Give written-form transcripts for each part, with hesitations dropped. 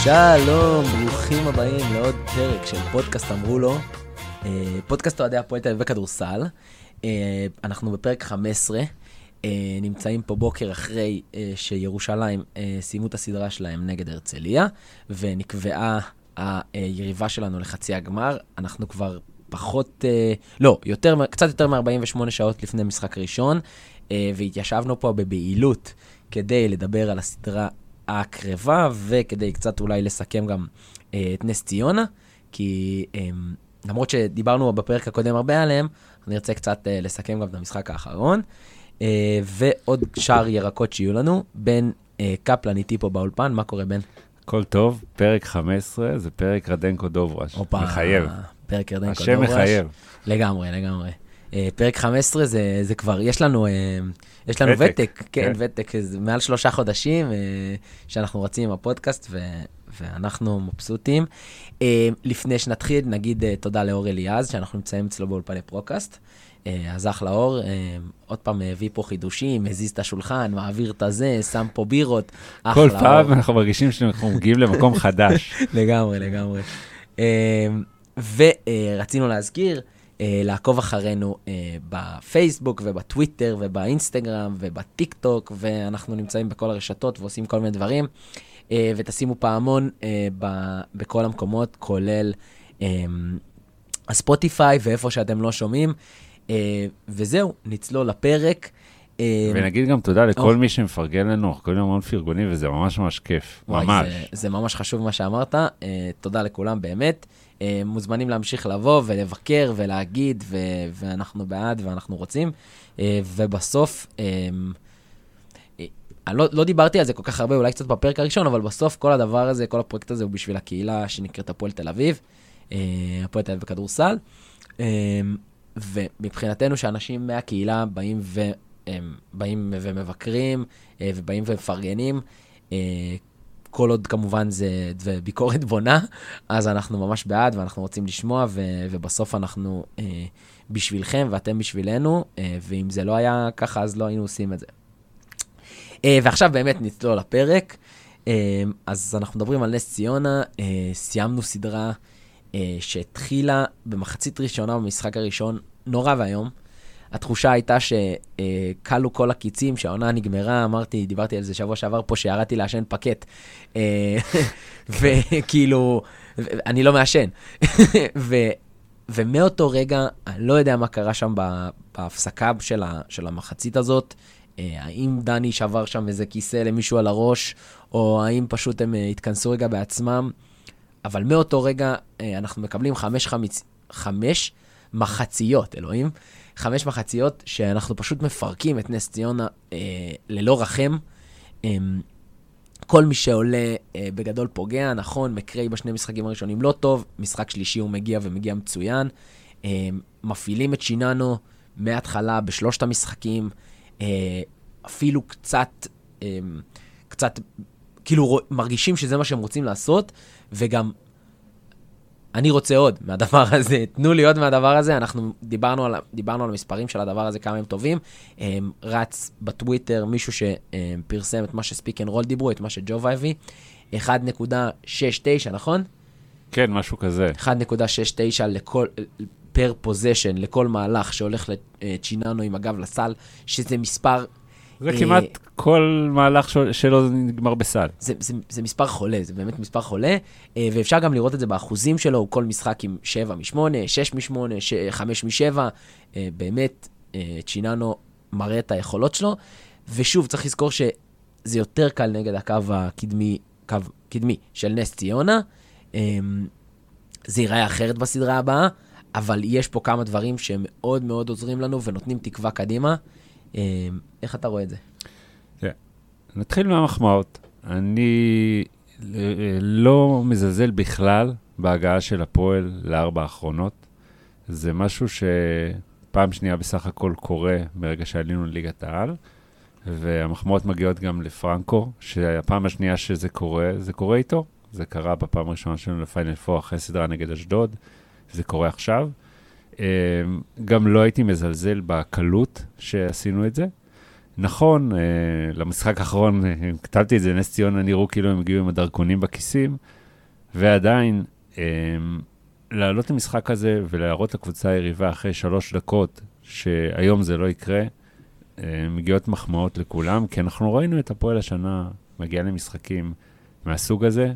שלום, ברוכים הבאים לעוד פרק של פודקאסט אמרו לו, פודקאסט אוהדי הפועל תל אביב בכדורסל. אנחנו בפרק 15, נמצאים פה בוקר אחרי שירושלים סיימו את הסדרה שלהם נגד הרצליה, ונקבעה היריבה שלנו לחצי הגמר. אנחנו כבר קצת יותר מ-48 שעות לפני משחק ראשון, והתיישבנו פה בבעילות כדי לדבר על הסדרה הקרבה, וכדי קצת אולי לסכם גם את נס ציונה, כי למרות שדיברנו בפרק הקודם הרבה עליהם, אני רוצה קצת לסכם גם את המשחק האחרון, ועוד שאר ירקות שיהיו לנו. בן קפלן איתי פה באולפן, מה קורה בן? הכל טוב, פרק 15, זה פרק רדנקו דובראש, מחייב. פרק רדנקו השם דובראש. מחייב. לגמרי. פרק 15 זה כבר, יש לנו ותק, כן, ותק, מעל 3 חודשים שאנחנו רצים עם הפודקאסט, ואנחנו מבסוטים. לפני שנתחיל, נגיד תודה לאור אליעז, שאנחנו נמצאים אצלו באולפני פרוקאסט. אז אחלה אור, עוד פעם הביא פה חידושים, מזיז את השולחן, מעביר את הזה, שם פה בירות, כל פעם אנחנו מרגישים שאנחנו מגיעים למקום חדש. לגמרי. ורצינו להזכיר, לעקוב אחרינו בפייסבוק ובטוויטר ובאינסטגרם ובטיק טוק, ואנחנו נמצאים בכל הרשתות ועושים כל מיני דברים, ותשימו פעמון בכל המקומות, כולל הספוטיפיי ואיפה שאתם לא שומעים, וזהו, נצלול לפרק. ונגיד גם תודה לכל מי שמפרגן לנו, כל יום המון פרגונים, וזה ממש ממש כיף, ממש. זה ממש חשוב מה שאמרת, תודה לכולם באמת. מוזמנים להמשיך לבוא ולבקר ולהגיד, ואנחנו בעד ואנחנו רוצים. ובסוף, אני לא דיברתי על זה כל כך הרבה, אולי קצת בפרק הראשון, אבל בסוף כל הדבר הזה, כל הפרויקט הזה הוא בשביל הקהילה שנקראת הפועל תל אביב, הפועל תל אביב בכדורסל. ומבחינתנו שאנשים מהקהילה באים ומבקרים, ובאים ומפרגנים, כל עוד כמובן זה ביקורת בונה, אז אנחנו ממש בעד, ואנחנו רוצים לשמוע, ובסוף אנחנו בשבילכם, ואתם בשבילנו, ואם זה לא היה ככה, אז לא היינו עושים את זה. ועכשיו באמת נצלול לפרק, אז אנחנו מדברים על נס ציונה, סיימנו סדרה שהתחילה במחצית ראשונה במשחק הראשון, נורא והיום. התחושה הייתה שקלו כל הקיצים, שהעונה נגמרה, דיברתי על זה שבוע שעבר פה, שירדתי לעשן פקט, וכאילו, אני לא מעשן. ומאותו רגע, אני לא יודע מה קרה שם בהפסקה של המחצית הזאת, האם דני שבר שם איזה כיסא למישהו על הראש, או האם פשוט הם התכנסו רגע בעצמם, אבל מאותו רגע אנחנו מקבלים 5 מחציות, אלוהים, 5 מחציות שאנחנו פשוט מפרקים את נס ציונה ללא רחם. כל מי שעולה בגדול פוגע, נכון, מקרי בשני משחקים הראשונים לא טוב, משחק שלישי הוא מגיע ומגיע מצוין, מפעילים את שיננו מההתחלה בשלושת המשחקים, אפילו קצת כאילו מרגישים שזה מה שהם רוצים לעשות, וגם אני רוצה עוד מהדבר הזה, תנו לי עוד מהדבר הזה. אנחנו דיברנו על המספרים של הדבר הזה, כמה הם טובים. רץ בטוויטר מישהו שפרסם את מה שספיק אנד רול דיברו, את מה שג'ובה הביא, 1.69, נכון? כן, משהו כזה. 1.69 פר פוזיישן, לכל מהלך שהולך לצ'יננו עם הגב לסל, שזה מספר זה כמעט כל מהלך שלו נגמר בסל. זה מספר חולה, זה באמת מספר חולה, ואפשר גם לראות את זה באחוזים שלו, כל משחק עם 7 מ-8, 6 מ-8, 5 מ-7, באמת צ'יננו מראה את היכולות שלו, ושוב צריך לזכור שזה יותר קל נגד הקו הקדמי של נס ציונה, זה ייראה אחרת בסדרה הבאה, אבל יש פה כמה דברים שמאוד מאוד עוזרים לנו ונותנים תקווה קדימה. איך אתה רואה את זה? נתחיל מהמחמאות. אני לא מזלזל בכלל בהגעה של הפועל לארבע האחרונות. זה משהו שפעם שנייה בסך הכל קורה ברגע שעלינו לליגת העל, והמחמאות מגיעות גם לפרנקו, שהפעם השנייה שזה קורה, זה קורה איתו. זה קרה בפעם הראשונה שלנו לפיינל 4 אחרי סדרה נגד אשדוד. זה קורה עכשיו. גם לא הייתי מזלזל בקלות שעשינו את זה. נכון, למשחק האחרון, כתבתי את זה, נס ציונה נראו כאילו הם הגיעו עם הדרכונים בכיסים, ועדיין, לעלות למשחק הזה ולהראות לקבוצה היריבה אחרי 3 דקות, שהיום זה לא יקרה, מגיעות מחמאות לכולם, כי אנחנו ראינו את הפועל השנה מגיעה למשחקים מהסוג הזה,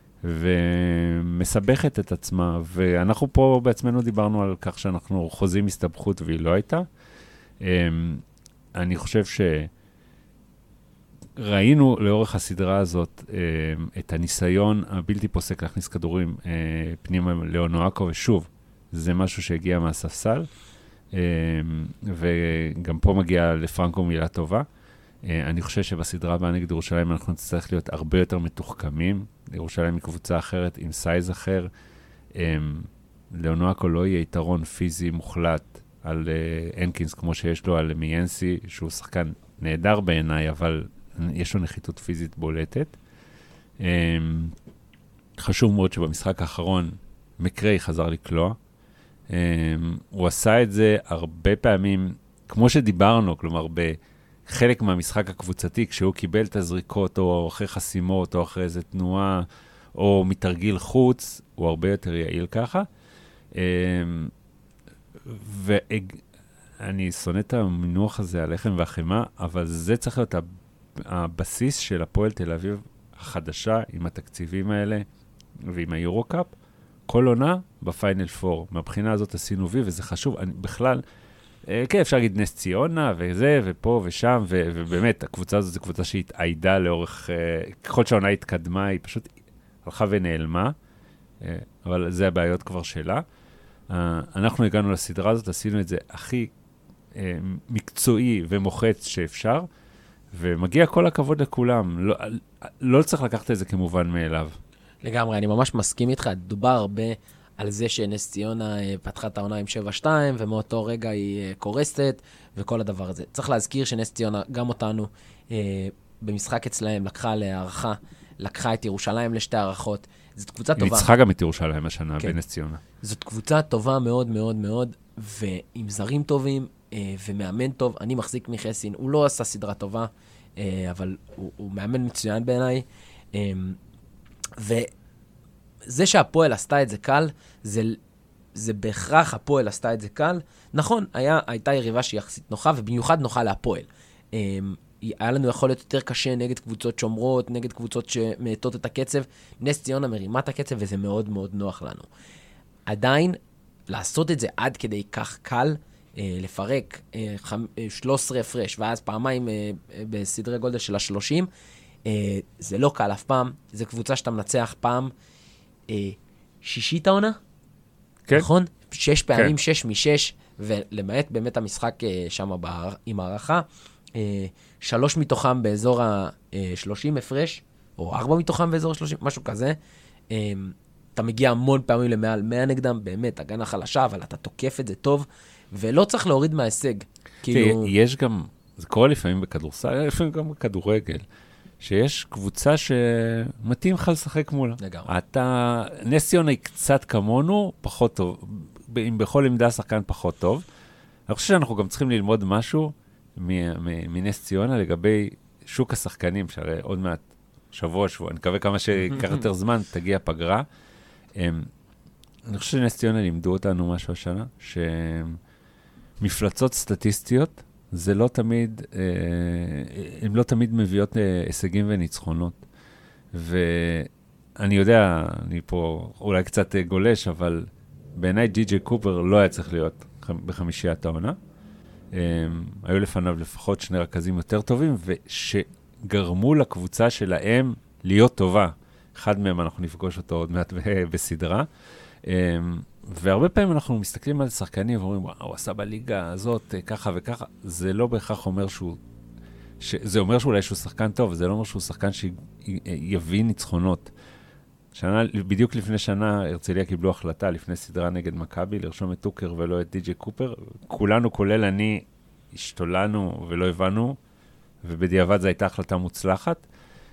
ומסבכת את עצמה, ואנחנו פה בעצמנו דיברנו על כך שאנחנו חוזים הסתבכות והיא לא הייתה. אני חושב שראינו לאורך הסדרה הזאת את הניסיון הבלתי פוסק להכניס כדורים פנימה לאונואקו, ושוב, זה משהו שהגיע מהספסל, וגם פה מגיע לפרנקו מילה טובה. אני חושב שבסדרה הבאה נגד ירושלים אנחנו נצטרך להיות הרבה יותר מתוחכמים. ירושלים היא קבוצה אחרת עם סייז אחר. לאונואקו לא יהיה יתרון פיזי מוחלט על אנקינס כמו שיש לו על מיינסי, שהוא שחקן נהדר בעיניי, אבל יש לו נחיתות פיזית בולטת. חשוב מאוד שבמשחק האחרון מקרי חזר לקלוע. הוא עשה את זה הרבה פעמים, כמו שדיברנו, כלומר בחלק מהמשחק הקבוצתי, כשהוא קיבל את הזריקות, או אחרי חסימות, או אחרי איזו תנועה, או מתרגיל חוץ, הוא הרבה יותר יעיל ככה. ואני שונא את המינוח הזה, הלחם והחמה, אבל זה צריך להיות הבסיס של הפועל תל אביב החדשה, עם התקציבים האלה, ועם היורו-קאפ, כל עונה בפיינל 4. מהבחינה הזאת עשינו וי, וזה חשוב. בכלל, כן, אפשר להגיד נס ציונה, וזה, ופה ושם, ובאמת, הקבוצה הזאת זו קבוצה שהתעידה לאורך, ככל שהעונה התקדמה, היא פשוט הלכה ונעלמה, אבל זה הבעיות כבר שלה. אנחנו הגענו לסדרה הזאת, עשינו את זה הכי מקצועי ומוחץ שאפשר, ומגיע כל הכבוד לכולם. לא צריך לקחת את זה כמובן מאליו. לגמרי, אני ממש מסכים איתך. דובר הרבה על זה שנס ציונה פתחה את העונה עם 7-2, ומאותו רגע היא קורסת, וכל הדבר הזה. צריך להזכיר שנס ציונה, גם אותנו, במשחק אצלהם, לקחה להערכה, לקחה את ירושלים לשתי הערכות. זאת קבוצה טובה. היא ניצחה גם את ירושלים השנה, כן. בנס ציונה. זאת קבוצה טובה מאוד מאוד מאוד, ועם זרים טובים, ומאמן טוב. אני מחזיק מחסין, הוא לא עשה סדרה טובה, אבל הוא מאמן מצוין בעיניי. וזה שהפועל עשתה את זה קל, זה בהכרח הפועל עשתה את זה קל. נכון, הייתה יריבה שהיא יחסית נוחה, ובמיוחד נוחה להפועל. היה לנו יכול להיות יותר קשה נגד קבוצות שומרות, נגד קבוצות שמעטות את הקצב. נס ציונה מרימה את הקצב, וזה מאוד מאוד נוח לנו. עדיין, לעשות את זה עד כדי כך קל, לפרק 13 הפרש, ואז פעמיים בסדרי גודל של ה-30, זה לא קל אף פעם. זו קבוצה שאתה מנצח פעם שישית העונה? כן. נכון? 6 פעמים, כן. 6 מ-6, ולמעט באמת המשחק שם עם הערכה, 3 מתוכם באזור ה-30 הפרש, או 4 מתוכם באזור ה-30, משהו כזה. אתה מגיע המון פעמים למעל 100 נגדם, באמת, הגנה חלשה, אבל אתה תוקף את זה טוב, ולא צריך להוריד מההישג. כאילו... יש גם, זה קורה לפעמים בכדורסל, לפעמים גם בכדורגל, שיש קבוצה שמתאים לך לשחק מולה. לגמרי. נס ציונה היא קצת כמונו, פחות טוב, אם בכל עמדה שחקן פחות טוב. אני חושב שאנחנו גם צריכים ללמוד משהו מנס ציונה לגבי שוק השחקנים, שהרי עוד מעט שבוע, אני מקווה כמה שיקח יותר זמן, תגיע פגרה. אני חושב שנס ציונה לימדו אותנו משהו השנה, שמפלצות סטטיסטיות, זה לא תמיד, הן לא תמיד מביאות הישגים וניצחונות. ואני יודע, אני פה אולי קצת גולש, אבל בעיניי ג'י.ג'יי קופר לא היה צריך להיות בחמישיית העונה. היו לפניו לפחות 2 רכזים יותר טובים, ושגרמו לקבוצה שלהם להיות טובה. אחד מהם אנחנו נפגוש אותו עוד מעט בסדרה. והרבה פעמים אנחנו מסתכלים על שחקנים ואומרים, הוא עשה בליגה הזאת ככה וככה. זה לא בהכרח אומר זה אומר שאולי שהוא שחקן טוב, זה לא אומר שהוא שחקן שיביא ניצחונות. בדיוק לפני שנה, הרצליה קיבלו החלטה לפני סדרה נגד מכבי, לרשום את טוקר ולא את די.ג'יי קופר. כולנו, כולל אני, השתולנו ולא הבנו, ובדיעבד זו הייתה החלטה מוצלחת.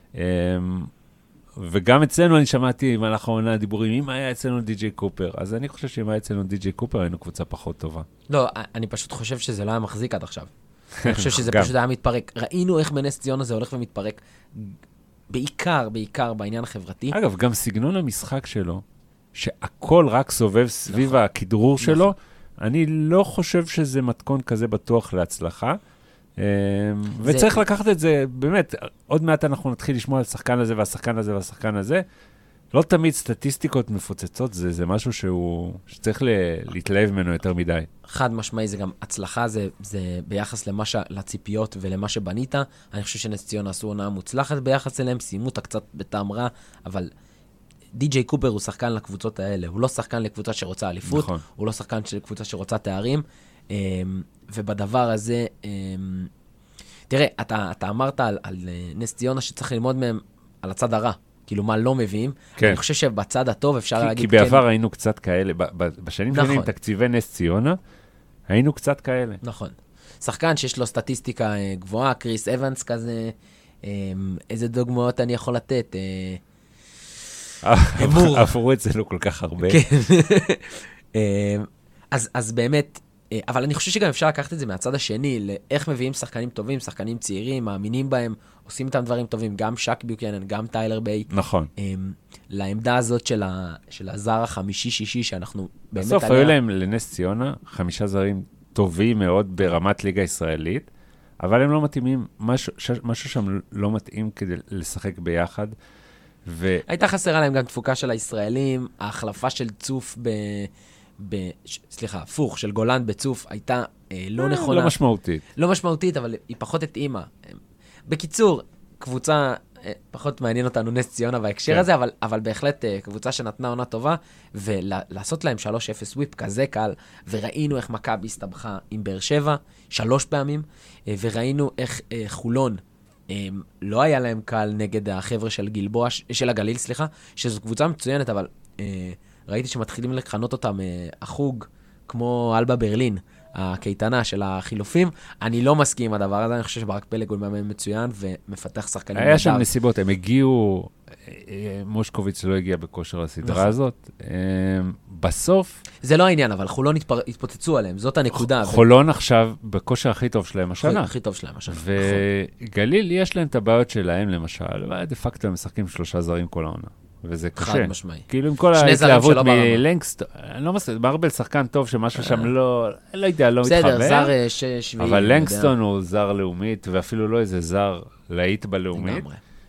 וגם אצלנו אני שמעתי במהלך העונה דיבורים, אם היה אצלנו די.ג'יי קופר, אז אני חושב שאם היה אצלנו די.ג'יי קופר, היינו קבוצה פחות טובה. לא, אני פשוט חושב שזה לא היה מחזיק עד עכשיו. אני חושב שזה פשוט היה מתפרק. ראינו איך בנס ציונה זה הולך ומתפרק. בעיקר בעניין החברתי. אגב, גם סגנון המשחק שלו, שהכל רק סובב סביב הכדרור שלו, אני לא חושב שזה מתכון כזה בטוח להצלחה. וצריך לקחת את זה, באמת, עוד מעט אנחנו נתחיל לשמוע על השחקן הזה והשחקן הזה והשחקן הזה. לא תמיד סטטיסטיקות מפוצצות, זה משהו שצריך להתלהב ממנו יותר מדי. חד משמעי, זה גם הצלחה, זה ביחס לציפיות ולמה שבנית. אני חושב שנס ציונה עשו עונה מוצלחת ביחס אליהם, סיימו אותה קצת בטעם רע, אבל די.ג'יי קופר הוא שחקן לקבוצות האלה. הוא לא שחקן לקבוצה שרוצה אליפות, נכון. הוא לא שחקן לקבוצה שרוצה תארים, ובדבר הזה, תראה, אתה אמרת על נס ציונה שצריך ללמוד מהם על הצד הרע. כאילו מה לא מביאים. כן. אני חושב שבצד הטוב אפשר להגיד... כי בעבר היינו קצת כאלה, בשנים שנים עם תקציבי נס ציונה, היינו קצת כאלה. נכון. שחקן שיש לו סטטיסטיקה גבוהה, קריס אבנס כזה, איזה דוגמאות אני יכול לתת? עברו אצלנו כל כך הרבה. אז באמת, אבל אני חושב שגם אפשר לקחת את זה מהצד השני, לאיך מביאים שחקנים טובים, שחקנים צעירים, מאמינים בהם, עושים איתם דברים טובים, גם שק ביוקנן, גם טיילר ביי. נכון. לעמדה הזאת של הזר החמישי-שישי, שאנחנו באמת בסוף היו להם לנס ציונה 5 זרים טובים מאוד ברמת ליגה ישראלית, אבל הם לא מתאימים, משהו שם לא מתאים כדי לשחק ביחד. הייתה חסרה להם גם תפוקה של הישראלים, ההחלפה של צוף הפוך, של גולן בצוף, הייתה לא נכונה. לא משמעותית. לא משמעותית, אבל היא פחות התאימה. בקיצור, קבוצה, פחות מעניין אותנו נס ציונה בהקשר הזה, אבל בהחלט קבוצה שנתנה עונה טובה, ולעשות להם 3-0 וויפ כזה קל, וראינו איך מכבי הסתבכה עם באר שבע 3 פעמים, וראינו איך חולון לא היה להם קל נגד החבר'ה של הגליל, שזו קבוצה מצוינת, אבל ראיתי שמתחילים לכנות אותם החוג, כמו אלבה ברלין, הקייטנה של החילופים. אני לא מסכים עם הדבר הזה, אני חושב שברק פלג הוא מאמן מצוין ומפתח שחקנים. היה שם נסיבות, הם הגיעו, מושקוביץ לא הגיע בכושר הסדרה הזאת. בסוף... זה לא העניין, אבל חולון התפוצצו עליהם, זאת הנקודה. חולון עכשיו בכושר הכי טוב שלהם השנה. הכי טוב שלהם השנה. וגליל יש להם את הבעיות שלהם, למשל, דה פקטו הם משחקים 3 זרים כל העונה. וזה קשה. חד משמעי. כאילו עם כל ההתלהבות מלנגסטון, אני לא מסתכל, מרבל שחקן טוב שמשהו שם לא יודע, לא מתחבר. בסדר, זר שביעי. אבל לנגסטון הוא זר לאומית, ואפילו לא איזה זר להיט בלאומית.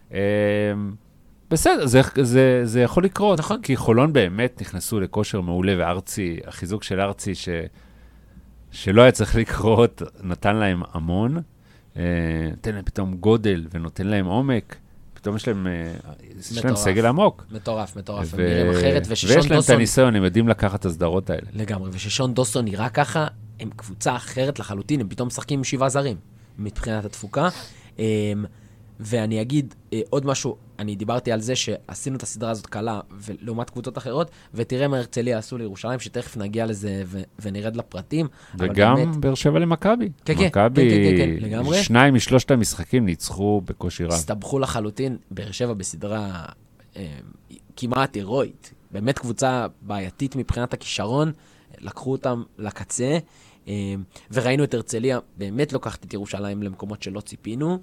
בסדר, זה יכול לקרות. נכון. כי חולון באמת נכנסו לכושר מעולה, וארצי, החיזוק של ארצי שלא היה צריך לקרות, נתן להם המון, נותן להם פתאום גודל ונותן להם עומק. פתאום יש להם סגל עמוק. מטורף. הם נראים אחרת, ויש להם את הניסיון, הם יודעים לקחת את הסדרות האלה. לגמרי, וששון דוסון נראה ככה, הם קבוצה אחרת לחלוטין, הם פתאום משחקים עם 7 זרים, מבחינת התפוקה. ואני אגיד עוד משהו, אני דיברתי על זה שעשינו את הסדרה הזאת קלה, ולעומת קבוצות אחרות, ותראה מה הרצליה עשו לירושלים, שתכף נגיע לזה ונרד לפרטים. וגם באר שבע למכבי. כן, לגמרי. 2 מ3 המשחקים ניצחו בקושי רב. הסתבכו לחלוטין, באר שבע בסדרה כמעט הירואית. באמת קבוצה בעייתית מבחינת הכישרון, לקחו אותם לקצה, וראינו את הרצליה באמת לוקחת את ירושלים למקומות שלא ציפינו.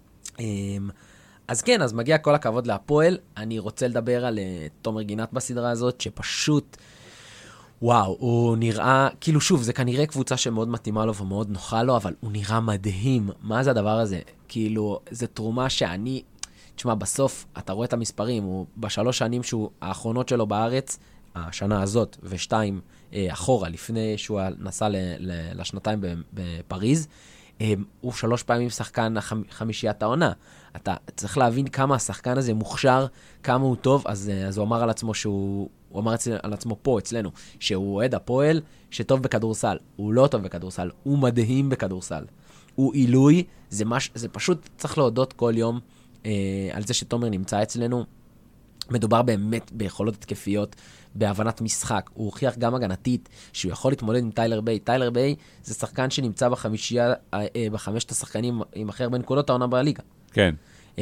אז כן, אז מגיע כל הכבוד להפועל. אני רוצה לדבר על תומר גינת בסדרה הזאת, שפשוט, וואו, הוא נראה, כאילו שוב, זה כנראה קבוצה שמאוד מתאימה לו ומאוד נוחה לו, אבל הוא נראה מדהים. מה זה הדבר הזה? כאילו, זה תרומה שאני, תשמע, בסוף, אתה רואה את המספרים, הוא ב3 שנים האחרונות שלו בארץ, השנה הזאת, ו2 אחורה, לפני שהוא נסע לשנתיים בפריז, הוא 3 פעמים שחקן חמישיית העונה. אתה צריך להבין כמה השחקן הזה מוכשר, כמה הוא טוב, אז הוא אמר על עצמו הוא אמר על עצמו פה, אצלנו, שהוא אוהד הפועל שטוב בכדורסל. הוא לא טוב בכדורסל, הוא מדהים בכדורסל. הוא עילוי, זה פשוט צריך להודות כל יום על זה שתומר נמצא אצלנו. מדובר באמת ביכולות התקפיות, בהבנת משחק. הוא הוכיח גם הגנתית שהוא יכול להתמודד עם טיילר ביי. טיילר ביי זה שחקן שנמצא בחמשת השחקנים עם הכי הרבה נקודות העונה בליגה. כן.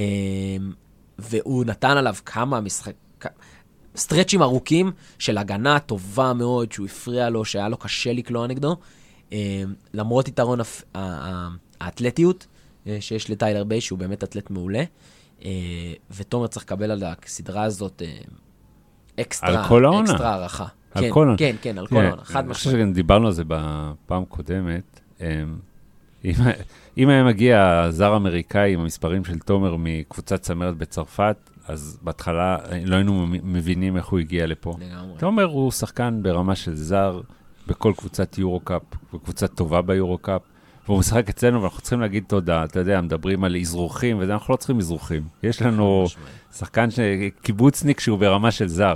והוא נתן עליו כמה סטרצ'ים ארוכים של הגנה טובה מאוד, שהוא הפריע לו, שהיה לו קשה לקלוע נגדו. למרות יתרון האתלטיות שיש לטיילר ביי, שהוא באמת אתלט מעולה. ותומר צריך לקבל על הסדרה הזאת אקסטרה, על כל העונה. אקסטרה הערכה. על כן, כל העונה. כן, כן, על כל העונה, חד אני חושב משמעית. שגם דיברנו על זה בפעם קודמת. אם היה מגיע זר אמריקאי עם המספרים של תומר מקבוצת צמרת בצרפת, אז בהתחלה לא היינו מבינים איך הוא הגיע לפה. לגמרי. תומר הוא שחקן ברמה של זר בכל קבוצת יורו-קאפ, בקבוצה טובה ביורו-קאפ, והוא משחק אצלנו, ואנחנו צריכים להגיד תודה. אתה יודע, מדברים על אזרוחים, וזה אנחנו לא צריכים אזרוחים. יש לנו שחקן קיבוצניק שהוא ברמה של זר.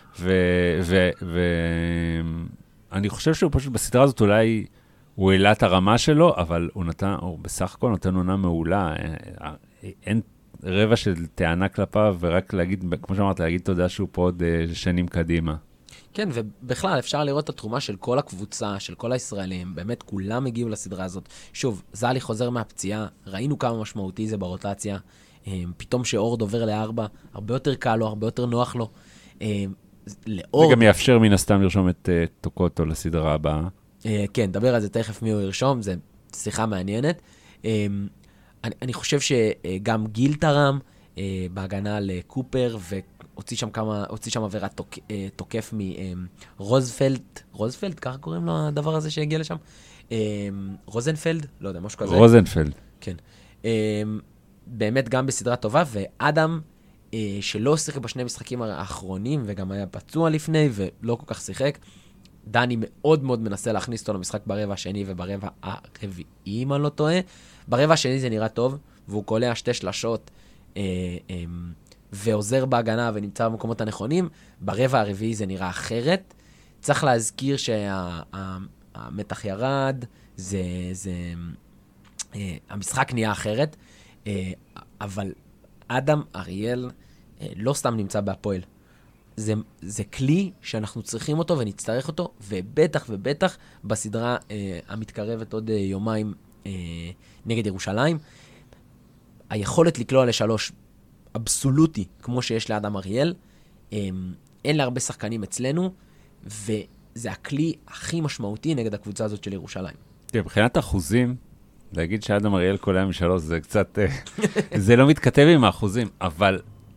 ואני חושב שהוא פשוט בסדרה הזאת אולי הוא העלה את הרמה שלו, אבל הוא בסך הכל נותן עונה מעולה. אין רבע של טענה כלפיו, ורק להגיד, כמו שאמרת, להגיד תודה שהוא פה עוד שנים קדימה. כן, ובכלל אפשר לראות את התרומה של כל הקבוצה, של כל הישראלים, באמת כולם הגיעו לסדרה הזאת. שוב, זלי חוזר מהפציעה, ראינו כמה משמעותי זה ברוטציה, פתאום שאורד עובר ל4, הרבה יותר קל לו, הרבה יותר נוח לו. זה גם יאפשר מן הסתם לרשום את טוקוטו לסדרה הבאה. כן, דבר על זה תכף מי הוא ירשום, זה שיחה מעניינת. אני חושב שגם גיל תרם בהגנה לקופר, והוציא שם עבירת תוקף מרוזפלד, ככה קוראים לו הדבר הזה שהגיע לשם? רוזנפלד? לא יודע, משהו כזה. רוזנפלד. כן. באמת גם בסדרה טובה, ואדם, שלא שיחק בשני משחקים האחרונים, וגם היה פצוע לפני, ולא כל כך שיחק, דני מאוד מאוד מנסה להכניס אותו למשחק ברבע השני וברבע הרביעי, אם אני לא טועה. ברבע השני זה נראה טוב, והוא קולע 2 שלשות, ועוזר בהגנה ונמצא במקומות הנכונים. ברבע הרביעי זה נראה אחרת. צריך להזכיר שהמתח ירד, המשחק נהיה אחרת, אבל אדם אריאל לא סתם נמצא בהפועל. זה כלי שאנחנו צריכים אותו ונצטרך אותו, ובטח ובטח בסדרה המתקרבת עוד יומיים נגד ירושלים. היכולת לקלוע ל3 אבסולוטי, כמו שיש לאדם אריאל, אין לה הרבה שחקנים אצלנו, וזה הכלי הכי משמעותי נגד הקבוצה הזאת של ירושלים. מבחינת אחוזים, להגיד שאדם אריאל קולע מ3 זה קצת, זה לא מתכתב עם האחוזים, אבל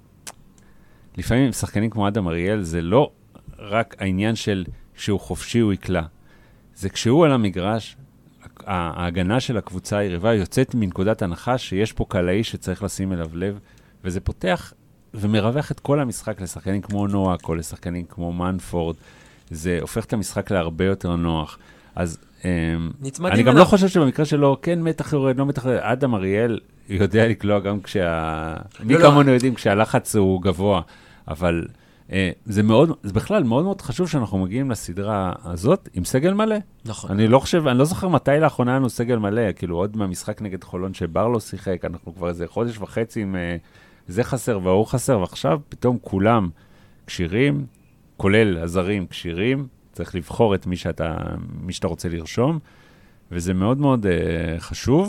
לפעמים שחקנים כמו אדם אריאל זה לא רק העניין של כשהוא חופשי הוא יקלע. זה כשהוא על המגרש, ההגנה של הקבוצה היריבה יוצאת מנקודת הנחה שיש פה קלעי שצריך לשים אליו לב, וזה פותח ומרווח את כל המשחק לשחקנים כמו נועק או לשחקנים כמו מנפורד. זה הופך את המשחק להרבה יותר נוח. אז אני גם לא חושב שבמקרה שלו, כן מתח יורד, לא מתח יורד. אדם אריאל יודע לקלוע גם מי כמונו יודעים כשהלחץ הוא גבוה, אבל זה בכלל מאוד מאוד חשוב שאנחנו מגיעים לסדרה הזאת עם סגל מלא. נכון. אני לא זוכר מתי לאחרונה לנו סגל מלא, כאילו עוד מהמשחק נגד חולון שבר לא שיחק, אנחנו כבר איזה חודש וחצי עם זה חסר והוא חסר, ועכשיו פתאום כולם קשירים, כולל הזרים קשירים, צריך לבחור את מי שאתה רוצה לרשום, וזה מאוד מאוד חשוב,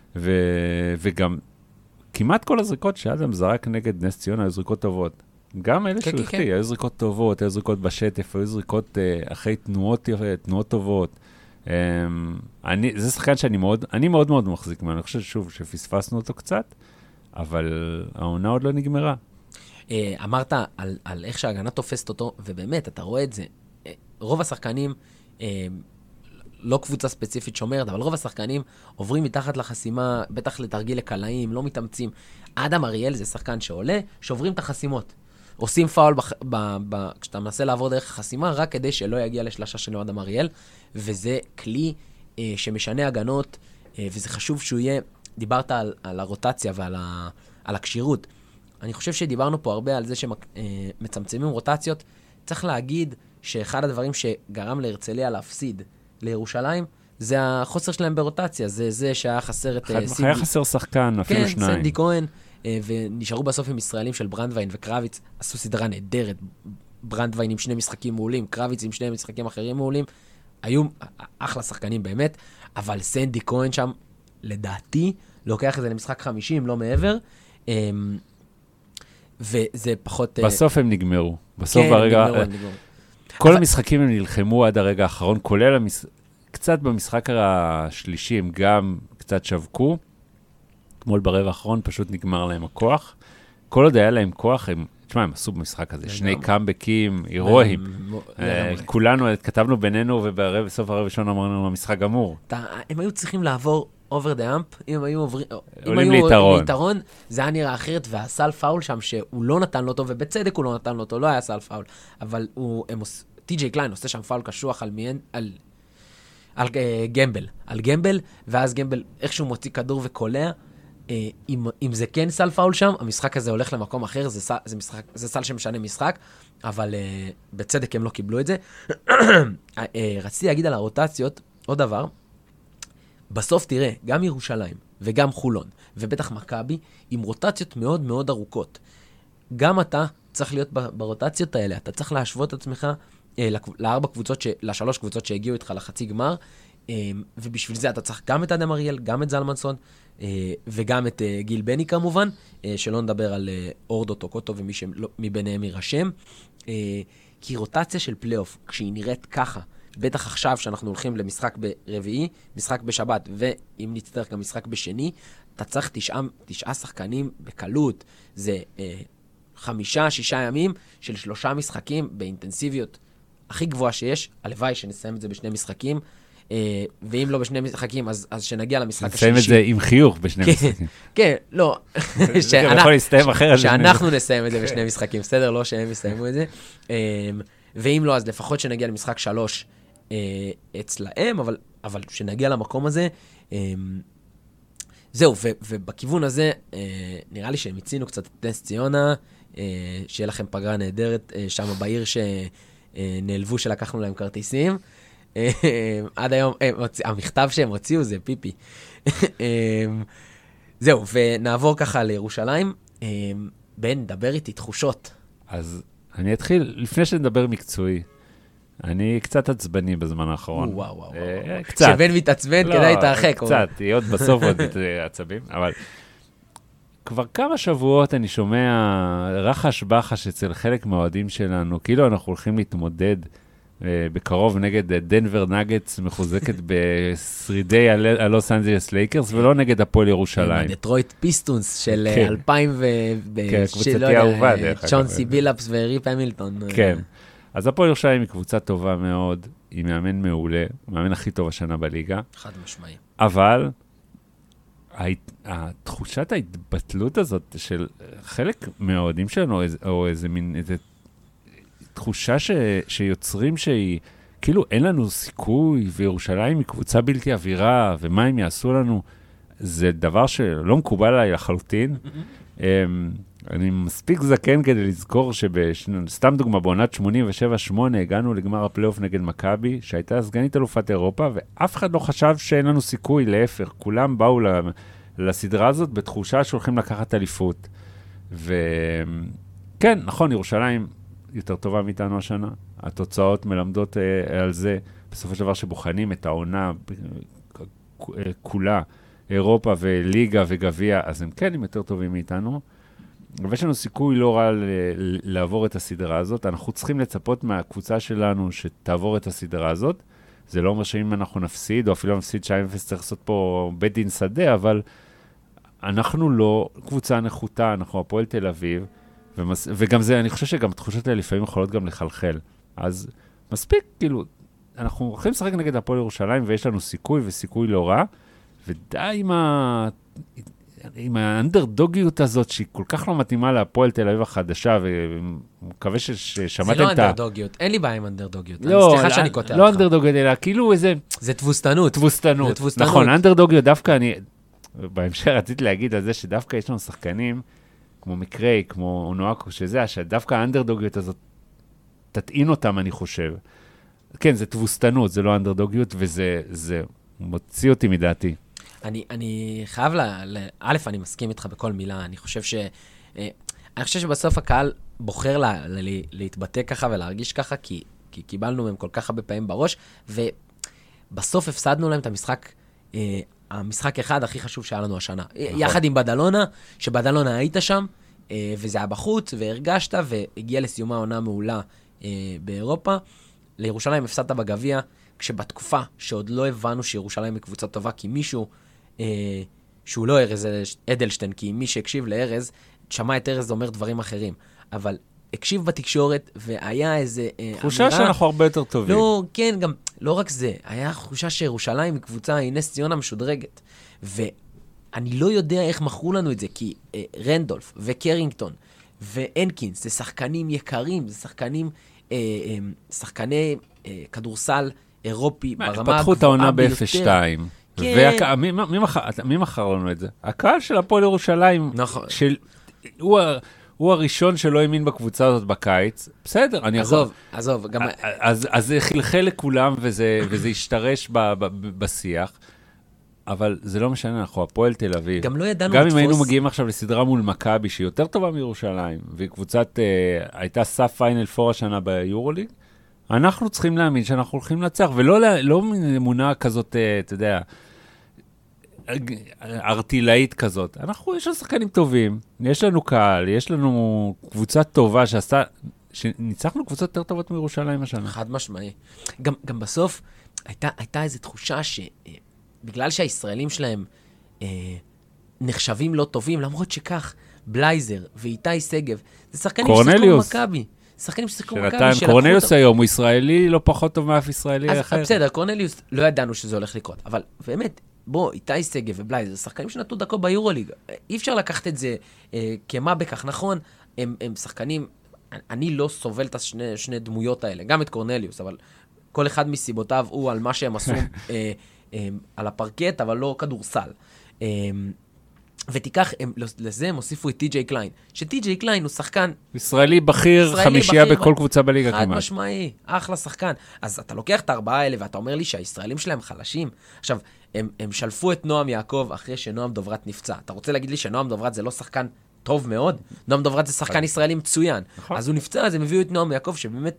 וגם כמעט כל הזריקות שאדם זרק נגד נס ציונה היו זריקות טובות. גם אלה שהוא החטיא, היו זריקות טובות, היו זריקות בשטף, היו זריקות אחרי תנועות טובות. זה שחקן שאני מאוד מאוד מחזיק ממנו. אני חושב שוב שפספסנו אותו קצת, אבל העונה עוד לא נגמרה. אמרת על איך שההגנה תופסת אותו, ובאמת, אתה רואה את זה. רוב השחקנים, לא קבוצה ספציפית שומרת, אבל רוב השחקנים עוברים מתחת לחסימה, בטח לתרגיל לקלעים, לא מתאמצים. אדם אריאל זה שחקן שעולה, שעוברים את החסימות. עושים פאול כשאתה מנסה לעבור דרך החסימה, רק כדי שלא יגיע לשלשה של אדם אריאל, וזה כלי שמשנה הגנות, וזה חשוב שהוא יהיה, דיברת על הרוטציה ועל הקשירות. אני חושב שדיברנו פה הרבה על זה שמצמצמים רוטציות. צריך להגיד שאחד הדברים שגרם להרצליה להפסיד לירושלים, זה החוסר שלהם ברוטציה, זה שהיה חסר את סינדי. היה חסר שחקן, אפילו כן, שניים. סינדי כהן, ונשארו בסוף עם ישראלים של ברנדווין וקרביץ, עשו סדרה נהדרת, ברנדווין עם 2 משחקים מעולים, קרביץ עם 2 משחקים אחרים מעולים, היו אחלה שחקנים באמת, אבל סינדי כהן שם, לדעתי, לוקח את זה למשחק 50, לא מעבר, וזה פחות... בסוף הם נגמרו. בסוף ברגע... כל המשחקים הם נלחמו עד הרגע האחרון, כולל קצת במשחק השלישי, הם גם קצת שווקו. אתמול ברבע האחרון פשוט נגמר להם הכוח. כל עוד היה להם כוח, תשמע, הם עשו במשחק הזה, שני קאמבקים הירואיים. כולנו כתבנו בינינו, ובסוף הרבע ראשון אמרנו, המשחק גמור. הם היו צריכים לעבור over the amp, אם היו עולים ליתרון, זה היה נראה אחרת, והסל פאול שם, שהוא לא נתן לו טוב, ובצדק הוא לא נתן לו טוב, לא היה סל פאול, אבל טי.ג'יי קליין עושה שם פאול קשוח על גמבל, ואז גמבל, איכשהו מוציא כדור וקולע, אם זה כן סל פאול שם, המשחק הזה הולך למקום אחר, זה סל שמשנה משחק, אבל בצדק הם לא קיבלו את זה. רציתי להגיד על הרוטציות, עוד דבר, בסוף תראה, גם ירושלים וגם חולון, ובטח מכבי, עם רוטציות מאוד מאוד ארוכות. גם אתה צריך להיות ברוטציות האלה, אתה צריך להשוות את עצמך לשלוש קבוצות שהגיעו איתך לחצי גמר, ובשביל זה אתה צריך גם את אדם אריאל, גם את זלמנסון, וגם את גיל בני כמובן, שלא נדבר על אורדו טוקוטו ומי שמביניהם יירשם, כי רוטציה של פלייאוף, כשהיא נראית ככה, בטח עכשיו שאנחנו הולכים למשחק ברביעי, משחק בשבת, ואם נצטרך גם משחק בשני, אתה צריך 9 שחקנים בקלות, זה 5-6 ימים של 3 משחקים באינטנסיביות הכי גבוהה שיש, הלוואי שנסיים את זה בשני משחקים, ואם לא בשני משחקים, אז שנגיע למשחק השלישי. נסיים את זה עם חיוך בשני משחקים. כן, לא. זה יכול להסתיים אחרת. שאנחנו נסיים את זה בשני משחקים, בסדר? לא שהם יסיימו את זה. ואם לא, אז לפחות שנגיע למשחק 3 אצלהם, אבל שנגיע למקום הזה. זהו, ובכיוון הזה, נראה לי שהם הצינו קצת את נס ציונה, שיהיה לכם פגרה נהדרת, שם בעיר שנעלבו שלקחנו להם כרטיסים. עד היום, המכתב שהם הוציאו זה פיפי. זהו, ונעבור ככה לירושלים. בן, דבר איתי תחושות. אז אני אתחיל, לפני שנדבר מקצועי, אני קצת עצבני בזמן האחרון. וואו. קצת. כשבן מתעצבן כדאי להתרחק. קצת, עוד בסוף עוד עצבים, אבל כבר כמה שבועות אני שומע רחש בחש אצל חלק מהאוהדים שלנו, כאילו אנחנו הולכים להתמודד בקרוב נגד דנבר נגטס, מחוזקת בשרידי הלוס אנג'לס לייקרס, ולא נגד הפועל ירושלים. דטרויט פיסטונס של 2000 קבוצתי אהובה. צ'ונסי בילאפס וריפ המילטון. כן. אז הפועל ירושלים היא קבוצה טובה מאוד, היא מאמן מעולה, מאמן הכי טוב השנה בליגה. חד משמעי. אבל תחושת ההתבטלות הזאת של חלק מהאוהדים שלנו, או איזה מין, איזה תחושה שיוצרים שהיא, כאילו אין לנו סיכוי, וירושלים היא קבוצה בלתי אווירה, ומה הם יעשו לנו, זה דבר שלא מקובל עליי לחלוטין. אני מספיק זקן כדי לזכור סתם דוגמה, בעונת 87-8 הגענו לגמר הפלייאוף נגד מכבי, שהייתה סגנית אלופת אירופה, ואף אחד לא חשב שאין לנו סיכוי, להפך, כולם באו לסדרה הזאת בתחושה שהולכים לקחת אליפות. וכן, נכון, ירושלים יותר טובה מאיתנו השנה, התוצאות מלמדות על זה, בסופו של דבר שבוחנים את העונה כולה, אירופה וליגה וגביע, אז הם כן, הם יותר טובים מאיתנו, ויש לנו סיכוי לא רע לעבור את הסדרה הזאת. אנחנו צריכים לצפות מהקבוצה שלנו שתעבור את הסדרה הזאת. זה לא אומר שאם אנחנו נפסיד, או אפילו נפסיד 2-0, צריך לעשות פה בית דין שדה, אבל אנחנו לא קבוצה נחותה, אנחנו הפועל תל אביב, וגם זה, אני חושב שגם תחושות האלה לפעמים יכולות גם לחלחל. אז מספיק, כאילו, אנחנו הולכים לשחק נגד הפועל ירושלים, ויש לנו סיכוי וסיכוי לא רע, ודי עם האנדרדוגיות הזאת, שהיא כל כך לא מתאימה להפועל תל אביב החדשה, ומקווה ששמעתם את זה לא אנדרדוגיות, אין לי בעיה עם אנדרדוגיות. לא, לא אנדרדוגיות, אלא כאילו איזה... זה תבוסתנות. תבוסתנות. נכון, אנדרדוגיות דווקא אני... בהמשך רציתי להגיד על זה שדווקא יש לנו שחקנים, כמו מקרי, כמו אונואקו, שדווקא האנדרדוגיות הזאת תטעין אותם, אני חושב. כן, זה תבוסתנות, זה לא אנדרדוגיות, וזה מוציא אותי מדעתי. אני חייב א', אני מסכים איתך בכל מילה, אני חושב שבסוף הקהל בוחר להתבטא ככה ולהרגיש ככה, כי קיבלנו מהם כל כך הרבה פעמים בראש, ובסוף הפסדנו להם את המשחק אחד הכי חשוב שהיה לנו השנה. יחד עם בדלונה, שבדלונה היית שם, וזה היה בחוץ, והרגשת, והגיע לסיומה עונה מעולה באירופה. לירושלים הפסדת בגביע, כשבתקופה שעוד לא הבנו שירושלים היא קבוצה טובה, כי מישהו, שהוא לא ארז אדלשטיין, כי מי שהקשיב לארז, שמע את ארז אומר דברים אחרים, אבל הקשיב בתקשורת, והיה איזה תחושה שאנחנו הרבה יותר טובים. לא, כן, גם, לא רק זה, היה תחושה שירושלים היא קבוצה, היא נס ציונה משודרגת, ואני לא יודע איך מכרו לנו את זה, כי רנדולף וקרינגטון ואנקינס, זה שחקנים יקרים, זה שחקני כדורסל אירופי ברמה הגבוהה ביותר. פתחו את העונה ב-0-2. כן. מי מכר לנו את זה? הקהל של הפועל ירושלים, נכון. הוא הראשון שלא האמין בקבוצה הזאת בקיץ. בסדר, אני יכול... עזוב. אז זה חלחל לכולם, וזה השתרש בשיח, אבל זה לא משנה, אנחנו הפועל תל אביב. גם לא ידענו לתפוס... גם אם היינו מגיעים עכשיו לסדרה מול מכבי, שהיא יותר טובה מירושלים, והיא קבוצת, הייתה סף פיינל 4 השנה ביורוליג, אנחנו צריכים להאמין שאנחנו הולכים לנצח, ולא אמונה כזאת, אתה יודע, ארטילאית כזאת. יש לנו שחקנים טובים, יש לנו קהל, יש לנו קבוצה טובה שניצחנו קבוצות יותר טובות מירושלים השנה. חד משמעי. גם בסוף הייתה איזו תחושה שבגלל שהישראלים שלהם נחשבים לא טובים, למרות שכך, בלייזר ואיתי סגב, זה שחקנים ששיחקו במכבי. שחקנים ששיחקו במכבי. קורנליוס היום הוא ישראלי לא פחות טוב מאף ישראלי אחר. בסדר, קורנליוס לא ידענו שזה הולך לקרות, אבל באמת, בוא, איתי סגב ובלייזר, שחקנים שנתנו דקות ביורוליג, אי אפשר לקחת את זה כמה בכך, נכון? הם שחקנים, אני לא סובל את שני דמויות האלה, גם את קורנליוס, אבל כל אחד מסיבותיו הוא על מה שהם עשו על הפרקט, אבל לא כדורסל. ותיקח, לזה הם הוסיפו את טי.ג'יי קליין, שטי.ג'יי קליין הוא שחקן... ישראלי בכיר, חמישייה בכל קבוצה בליגה כמעט. חד משמעי, אחלה שחקן. אז אתה לוקח את 4 האלה, ואתה אומר לי שהישראלים שלהם חלשים. עכשיו, הם שלפו את נועם יעקב אחרי שנועם דוברת נפצע. אתה רוצה להגיד לי שנועם דוברת זה לא שחקן טוב מאוד? נועם דוברת זה שחקן ישראלי מצוין. אז הוא נפצע, אז הם הביאו את נועם יעקב, שבאמת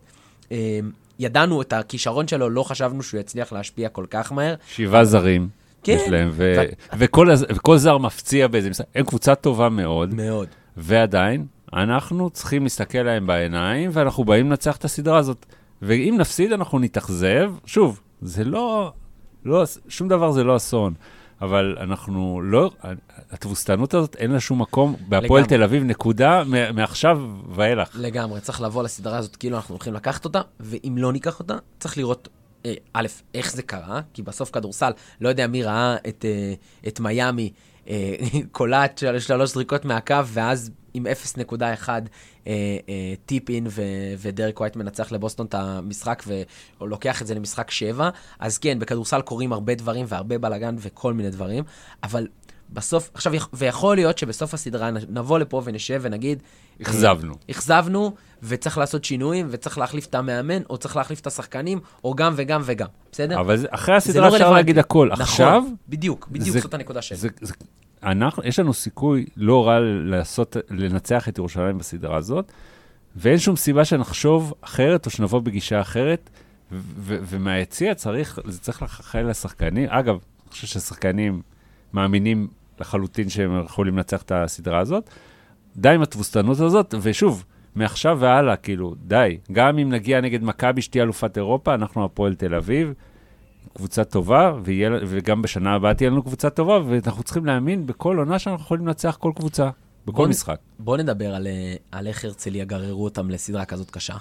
ידענו את הכישרון שלו, לא חשבנו שהוא יצליח להשפיע כל כך מהר. 7 זרים. יש להם, וכל זר מפציע באיזה משחק. הם קבוצה טובה מאוד. מאוד. ועדיין, אנחנו צריכים להסתכל להם בעיניים, ואנחנו באים לנצח את הסדרה הזאת. ואם נפסיד, אנחנו נתאכזב. שוב, זה לא, שום דבר זה לא אסון. אבל אנחנו לא, התבוסתנות הזאת אין לה שום מקום. בהפועל תל אביב, נקודה, מעכשיו ואילך. לגמרי, צריך לבוא לסדרה הזאת, כאילו אנחנו הולכים לקחת אותה, ואם לא ניקח אותה, צריך לראות א', איך זה קרה, כי בסוף כדורסל, לא יודע מי ראה את מיימי, קולט של 3 זריקות מהקו, ואז עם 0.1 טיפ אין, ודרק ווייט מנצח לבוסטון את המשחק, ולוקח את זה למשחק 7, אז כן, בכדורסל קורים הרבה דברים, והרבה בלגן, וכל מיני דברים, אבל בסוף, עכשיו, ויכול להיות שבסוף הסדרה נבוא לפה ונשב ונגיד, אכזבנו, וצריך לעשות שינויים, וצריך להחליף את המאמן, או צריך להחליף את השחקנים, או גם וגם וגם, בסדר? אבל אחרי הסדרה אפשר להגיד הכל. עכשיו... בדיוק, זאת הנקודה שלי. יש לנו סיכוי לא רע לנצח את ירושלים בסדרה הזאת, ואין שום סיבה שנחשוב אחרת, או שנבוא בגישה אחרת, ומהיציע זה צריך לחלחל לשחקנים. אגב, אני חושב שהשחקנים מאמינים לחלוטין שהם יכולים לנצח את הסדרה הזאת. די עם התבוסתנות הזאת, ושוב, מעכשיו והלאה, כאילו, די. גם אם נגיע נגד מכבי שתהיה אלופת אירופה, אנחנו הפועל תל אביב, קבוצה טובה, וגם בשנה הבאה תהיה לנו קבוצה טובה, ואנחנו צריכים להאמין בכל עונה שאנחנו יכולים לנצח כל קבוצה, בכל משחק. בוא נדבר על איך הרצליה גררו אותם לסדרה כזאת קשה.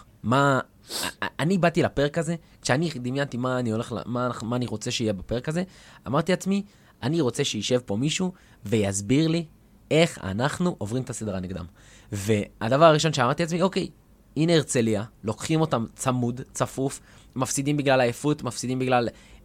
אני באתי לפרק הזה, כשאני דמיינתי מה אני רוצה שיהיה בפרק הזה, אמרתי לעצמי, אני רוצה שישב פה מישהו ויסביר לי איך אנחנו עוברים את הסדרה נגדם. והדבר הראשון שאמרתי לעצמי, אוקיי, הנה הרצליה, לוקחים אותם צמוד, צפוף, מפסידים בגלל העייפות, מפסידים בגלל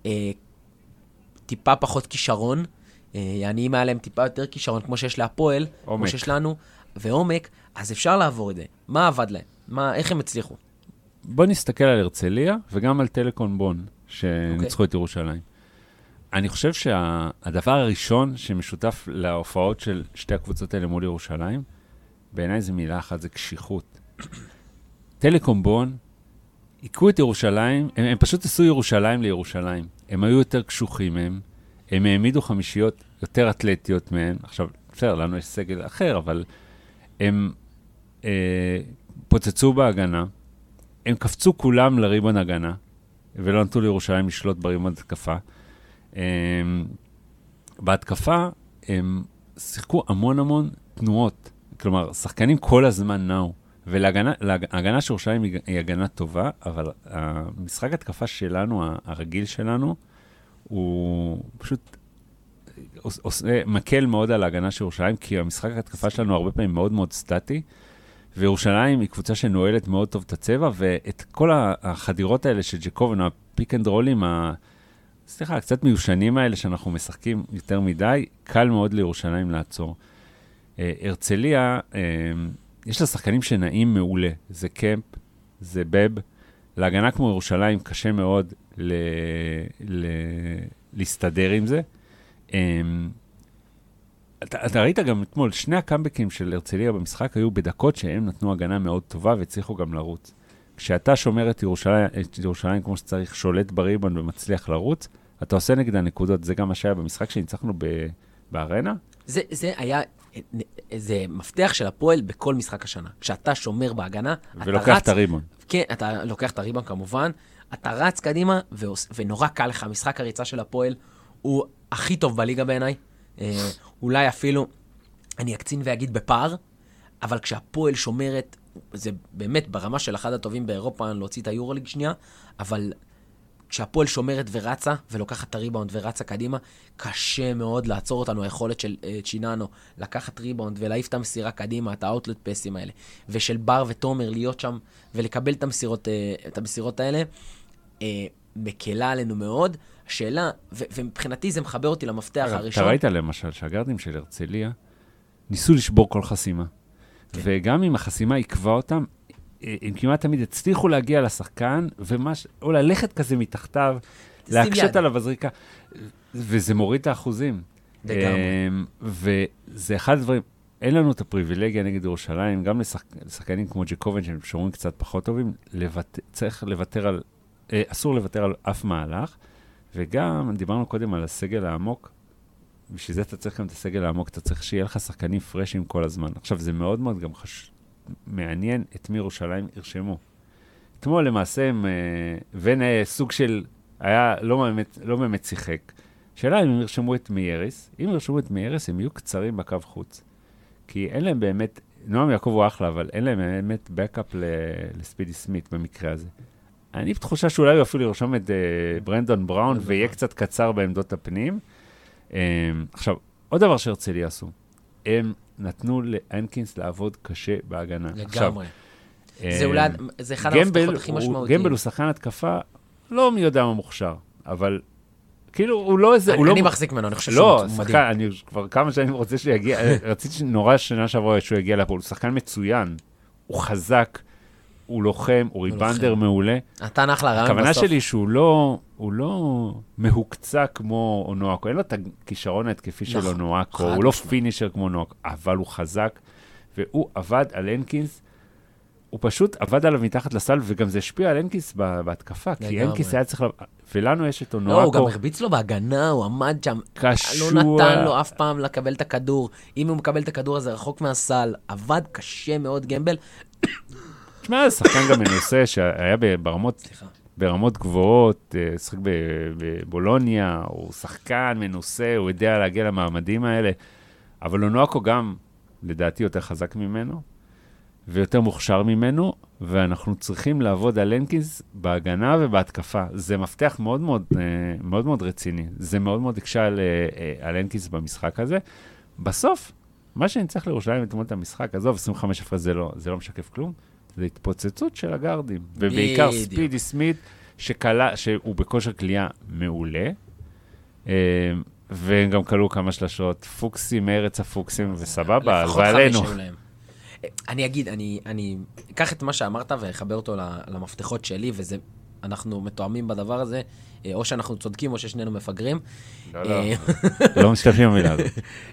טיפה פחות כישרון, יעני אם היה להם טיפה יותר כישרון, כמו שיש להפועל, כמו שיש לנו, ועומק, אז אפשר לעבור את זה. מה עבד להם? איך הם הצליחו? בוא נסתכל על הרצליה, וגם על טלקום בון, שניצחו את ירושלים. אני חושב שהדבר הראשון שמשותף להופעות של שתי הקבוצות האלה מול ירושלים, בעיניי זה מילה אחת, זה קשיחות. טלקום בון, עיקו את ירושלים, הם פשוט עשו ירושלים לירושלים. הם היו יותר קשוחים הם העמידו חמישיות יותר אתלטיות מהן. עכשיו, בסדר, לנו יש סגל אחר, אבל הם פוצצו בהגנה, הם קפצו כולם לריבון הגנה, ולא נתנו לירושלים לשלוט בריבון התקפה. בהתקפה הם שיחקו המון תנועות. כלומר, שחקנים כל הזמן נעו, ולהגנה של ירושלים היא הגנה טובה, אבל המשחק התקפה שלנו, הרגיל שלנו, הוא פשוט מקל מאוד על ההגנה של ירושלים, כי המשחק התקפה שלנו הרבה פעמים מאוד מאוד סטטי, וירושלים היא קבוצה שנועלת מאוד טוב את הצבע, ואת כל החדירות האלה של ג'קובן, הפיק אנד רולים, קצת מיושנים האלה שאנחנו משחקים יותר מדי, קל מאוד לירושלים לעצור. הרצליה, יש לה שחקנים שנעים מעולה, זה קמפ, זה בב, להגנה כמו ירושלים קשה מאוד להסתדר עם זה. אתה ראית גם אתמול, שני הקאמבקים של הרצליה במשחק היו בדקות שהם נתנו הגנה מאוד טובה והצליחו גם לרוץ. כשאתה שומר את ירושלים כמו שצריך, שולט בריבון ומצליח לרוץ, אתה עושה נגד הנקודות, זה גם מה שהיה במשחק שניצחנו בארנה. זה מפתח של הפועל בכל משחק השנה. כשאתה שומר בהגנה, ולוקח את הריבון. כן, אתה לוקח את הריבון כמובן, אתה רץ קדימה, ונורא קל לך, משחק הריצה של הפועל הוא הכי טוב בליגה בעיניי. אולי אפילו, אני אקצין ואגיד בפער, אבל כשהפועל שומרת, זה באמת ברמה של אחד הטובים באירופה, להוציא את היורוליג שנייה, אבל כשהפועל שומרת ורצה, ולוקחת את הריבאונד ורצה קדימה, קשה מאוד לעצור אותנו, היכולת של צ'יננו, לקחת ריבאונד ולהעיף את המסירה קדימה, את האוטלט פסים האלה, ושל בר ותומר להיות שם, ולקבל את המסירות האלה, מקלה עלינו מאוד. השאלה, ומבחינתי זה מחבר אותי למפתח הראשון. אתה ראית למשל שהגרדים של הרצליה ניסו לשבור כל חסימה. כן. וגם אם החסימה עקבה אותם, הם כמעט תמיד הצליחו להגיע לשחקן, או ללכת כזה מתחתיו, להקשת עליו הזריקה, וזה מוריד את האחוזים. וזה אחד הדברים, אין לנו את הפריבילגיה נגד ירושלים, גם לשחקנים כמו ג'קובן, שהם שומרים קצת פחות טובים, צריך לוותר על, אסור לוותר על אף מהלך, וגם דיברנו קודם על הסגל העמוק, בשביל זה אתה צריך גם את הסגל העמוק, אתה צריך שיהיה לך שחקנים פרשים כל הזמן. עכשיו, זה מאוד מאוד גם מעניין את מי ירושלים ירשמו. אתמול למעשה הם, סוג של, היה לא באמת שיחק. שאלה אם הם ירשמו את מיירס, אם ירשמו את מיירס, הם יהיו קצרים בקו חוץ. כי אין להם באמת, נועם יעקב הוא אחלה, אבל אין להם באמת בקאפ לספידי סמית במקרה הזה. אני בתחושה שאולי הוא אפילו ירשום את ברנדון בראון, ויהיה קצת קצר בעמדות הפנים. עכשיו, עוד דבר שהרצליה עשו, הם נתנו לאנקינס לעבוד קשה בהגנה. לגמרי. זה אחד המפתחות הכי משמעותיים. גמבל הוא שחקן התקפה, לא מי יודע מה מוכשר, אבל כאילו הוא לא איזה... אני מחזיק ממנו, אני חושב שהוא מדהים. לא, אני כבר כמה שנים רוצה שיגיע, רציתי נורא שנה שעברה שהוא יגיע לפה, הוא שחקן מצוין, הוא חזק, הוא לוחם, הוא ריבנדר מעולה. אתה נחלה רעיון בסוף. הכוונה שלי שהוא לא מהוקצע כמו אונואקו, אין לו את הכישרון ההתקפי של אונואקו, הוא לא פינישר כמו אונואקו, אבל הוא חזק, והוא עבד על אנקינס, הוא פשוט עבד עליו מתחת לסל, וגם זה השפיע על אנקינס בהתקפה, כי אנקינס היה צריך, ולנו יש את אונואקו. לא, הוא גם הרביץ לו בהגנה, הוא עמד שם, קשוע. לא נתן לו אף פעם לקבל את הכדור, אם הוא מקבל את הכדור הזה רחוק מהסל, עבד קשה מאוד גמבל. תשמע, זה שחקן גם מנוסה שהיה ברמות גבוהות, שחק בבולוניה, הוא שחקן מנוסה, הוא יודע להגיע למעמדים האלה, אבל אונואקו גם, לדעתי, יותר חזק ממנו, ויותר מוכשר ממנו, ואנחנו צריכים לעבוד על אנקינס בהגנה ובהתקפה. זה מפתח מאוד מאוד, מאוד מאוד רציני. זה מאוד מאוד הקשה על אנקינס במשחק הזה. בסוף, מה שנצטרך לירושלים לתמוד את המשחק, עזוב, 25 הפרש זה לא משקף כלום, זה התפוצצות של הגארדים, ובעיקר ספידי סמית, שהוא בכושר קליעה מעולה, והם גם קלו כמה שלשות, פוקסים, ארץ הפוקסים, וסבבה, ועלינו. אני אגיד, אני אקח את מה שאמרת ואחבר אותו למפתחות שלי, וזה, אנחנו מתואמים בדבר הזה, או שאנחנו צודקים או ששנינו מפגרים. לא משתפים במילה הזאת.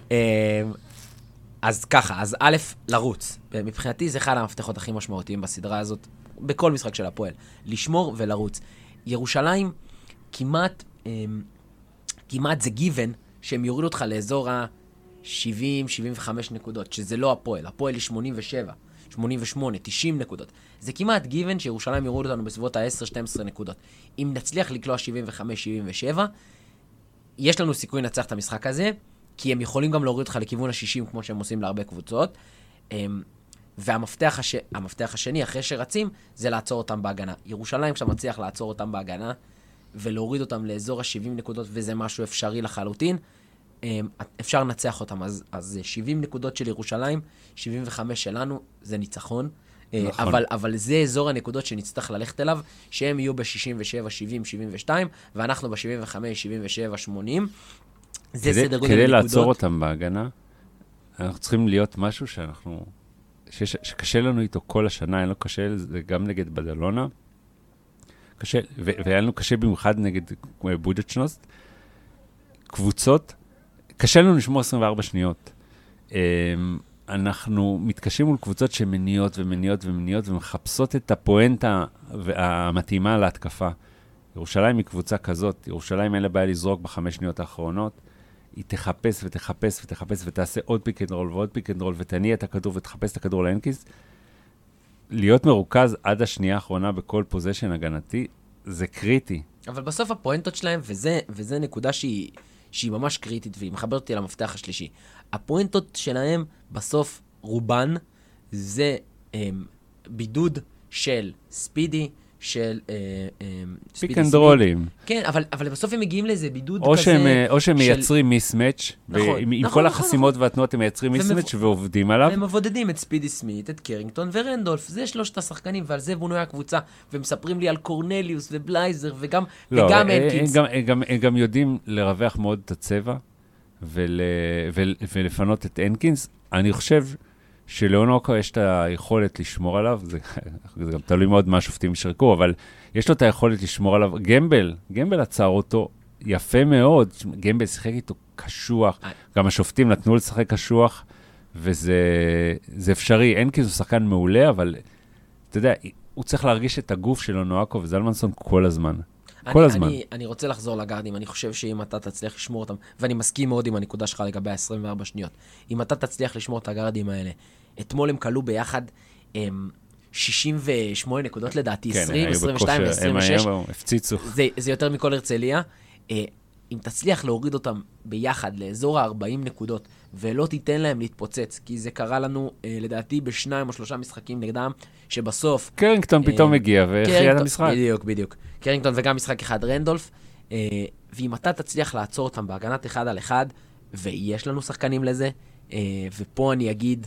אז ככה, אז א', לרוץ. מבחינתי זה אחד המפתחות הכי משמעותיים בסדרה הזאת, בכל משחק של הפועל. לשמור ולרוץ. ירושלים, כמעט זה גיוון שהם יורידו אותך לאזור ה-70-75 נקודות, שזה לא הפועל. הפועל היא 87, 88, 90 נקודות. זה כמעט גיוון שירושלים יורידו אותנו בסביבות ה-10-12 נקודות. אם נצליח לקלוע 75-77, יש לנו סיכוי לנצח את המשחק הזה, כי הם יכולים גם להוריד אותך לכיוון ה-60, כמו שהם עושים להרבה קבוצות. והמפתח השני, אחרי שרצים, זה לעצור אותם בהגנה. ירושלים שאתה מצליח לעצור אותם בהגנה, ולהוריד אותם לאזור ה-70 נקודות, וזה משהו אפשרי לחלוטין, אפשר לנצח אותם. אז 70 נקודות של ירושלים, 75 שלנו, זה ניצחון. נכון. אבל זה אזור הנקודות שנצטרך ללכת אליו, שהם יהיו ב-67, 70, 72, ואנחנו ב-75, 77, 80. זה סדר גודל כדי נקודות. לעצור אותם בהגנה, אנחנו צריכים להיות משהו שקשה לנו איתו כל השנה, אין לו קשה, זה גם נגד בדלונה, קשה, והיה לנו קשה במיוחד נגד בודדשנוסט, קבוצות, קשה לנו לשמור 24 שניות. אנחנו מתקשים מול קבוצות שמניעות ומניעות ומניעות, ומחפשות את הפואנטה המתאימה להתקפה. ירושלים היא קבוצה כזאת, ירושלים אין לה בעיה לזרוק ב5 שניות האחרונות, היא תחפש ותחפש ותחפש ותעשה עוד פיק אנד רול ועוד פיק אנד רול, ותניע את הכדור ותחפש את הכדור לאנקיס. להיות מרוכז עד השנייה האחרונה בכל פוזיישן הגנתי, זה קריטי. אבל בסוף הפואנטות שלהם, וזה נקודה שהיא ממש קריטית, והיא מחברת אותי למפתח השלישי. הפואנטות שלהם, בסוף, רובן, זה בידוד של ספידי, של פיק אנד רולים. כן, אבל בסוף הם מגיעים לאיזה בידוד כזה. או שהם מייצרים מיסמץ', ועם כל החסימות והתנועות הם מייצרים מיסמץ' ועובדים עליו. והם מבודדים את ספידי סמית, את קרינגטון ורנדולף, זה שלושת השחקנים, ועל זה בונויה הקבוצה, ומספרים לי על קורנליוס ובלייזר, וגם אנקינס. הם גם יודעים לרווח מאוד את הצבע, ולפנות את אנקינס. אני חושב שלאונוקה יש את היכולת לשמור עליו, זה גם תלוי מאוד מה השופטים ישרקו, אבל יש לו את היכולת לשמור עליו. גמבל עצר אותו יפה מאוד, גמבל שיחק איתו קשוח, גם השופטים נתנו לשחק קשוח, וזה אפשרי. אנקינס הוא שחקן מעולה, אבל אתה יודע, הוא צריך להרגיש את הגוף של אונוקה וזלמנסון כל הזמן. כל הזמן. אני רוצה לחזור לגארדים, אני חושב שאם אתה תצליח לשמור אותם, ואני מסכים מאוד עם הנקודה שלך לגבי 24 שניות, אם אתה תצליח לשמור את הגארדים האלה, אתמול הם קלו ביחד 68 נקודות לדעתי, 20, 22 ו-26. הם הפציצו. זה יותר מכל הרצליה. אם תצליח להוריד אותם ביחד לאזור ה-40 נקודות, ולא תיתן להם להתפוצץ, כי זה קרה לנו לדעתי בשניים או שלושה משחקים נגדם, שבסוף... קרינגטון פתאום הגיע והכריע את המשחק. בדיוק. קרינגטון וגם משחק אחד רנדולף, ואם אתה תצליח לעצור אותם בהגנת אחד על אחד, ויש לנו שחקנים לזה, ופה אני אגיד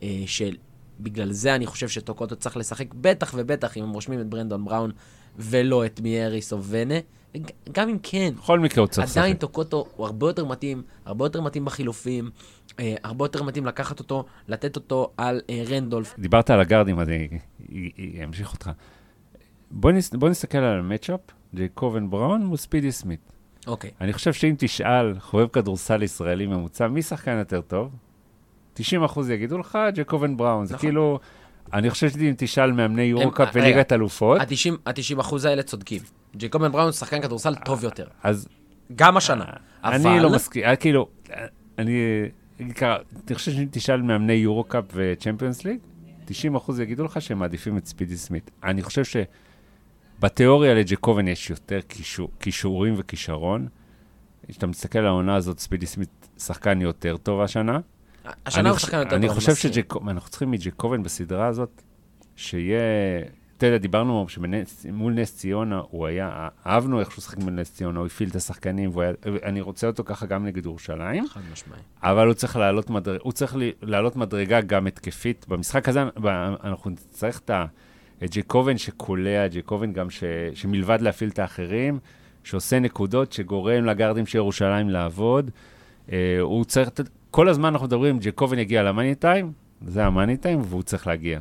שבגלל זה אני חושב שטוקוטו צריך לשחק בטח ובטח אם הם רושמים את ברנדון בראון, ולא את מייריס או ונה, גם אם כן, בכל מקרה הוא צריך לשחק. עדיין טוקוטו הוא הרבה יותר מתאים בחילופים, הרבה יותר מתאים לקחת אותו, לתת אותו על רנדולף. דיברת על הגארדים, אז אני אמשיך אותך. בוא נסתכל על המאצ'אפ, ג'ייקובן בראון מול ספידי סמית. אוקיי. אני חושב שאם תשאל חובב כדורסל ישראלי ממוצע, מי שחקן יותר טוב? 90% יגידו לך, ג'ייקובן בראון. זה כאילו, אני חושב שאם תשאל מאמני יורוקאפ וליגת אלופות... ה-90% האלה צודקים. ג'ייקובן בראון הוא שחקן כדורסל טוב יותר. אז... גם השנה. אני לא מסכים, כאילו, אני חושב שאם תשאל מאמני יורוקאפ וצ'מפיונס ליג, 90% יגידו לך שהם מעדיפים את ספידי סמית. אני חושב שבתיאוריה לג'ייקובן יש יותר קישורים וכישרון. כשאתה מסתכל על העונה הזאת, ספידי סמית שחקן יותר טוב השנה. השנה הוא שחקן יותר טוב. אני חושב שאנחנו צריכים מג'ייקובן בסדרה הזאת, שיהיה... אתה יודע, דיברנו שמול נס ציונה, הוא היה, אהבנו איך שהוא שחק מול נס ציונה, הוא הפעיל את השחקנים, אני רוצה אותו ככה גם נגד ירושלים. חד משמעי. אבל הוא צריך לעלות מדרגה גם התקפית. במשחק הזה, אנחנו נצטרך את ג'ייקובן שקולע, ג'ייקובן גם שמלבד להפעיל את האחרים, שעושה נקודות, שגורם לגארדים של ירושלים לעבוד. הוא צריך, כל הזמן אנחנו מדברים, ג'ייקובן יגיע למאני טיים, זה המאני טיים, והוא צריך להגיע.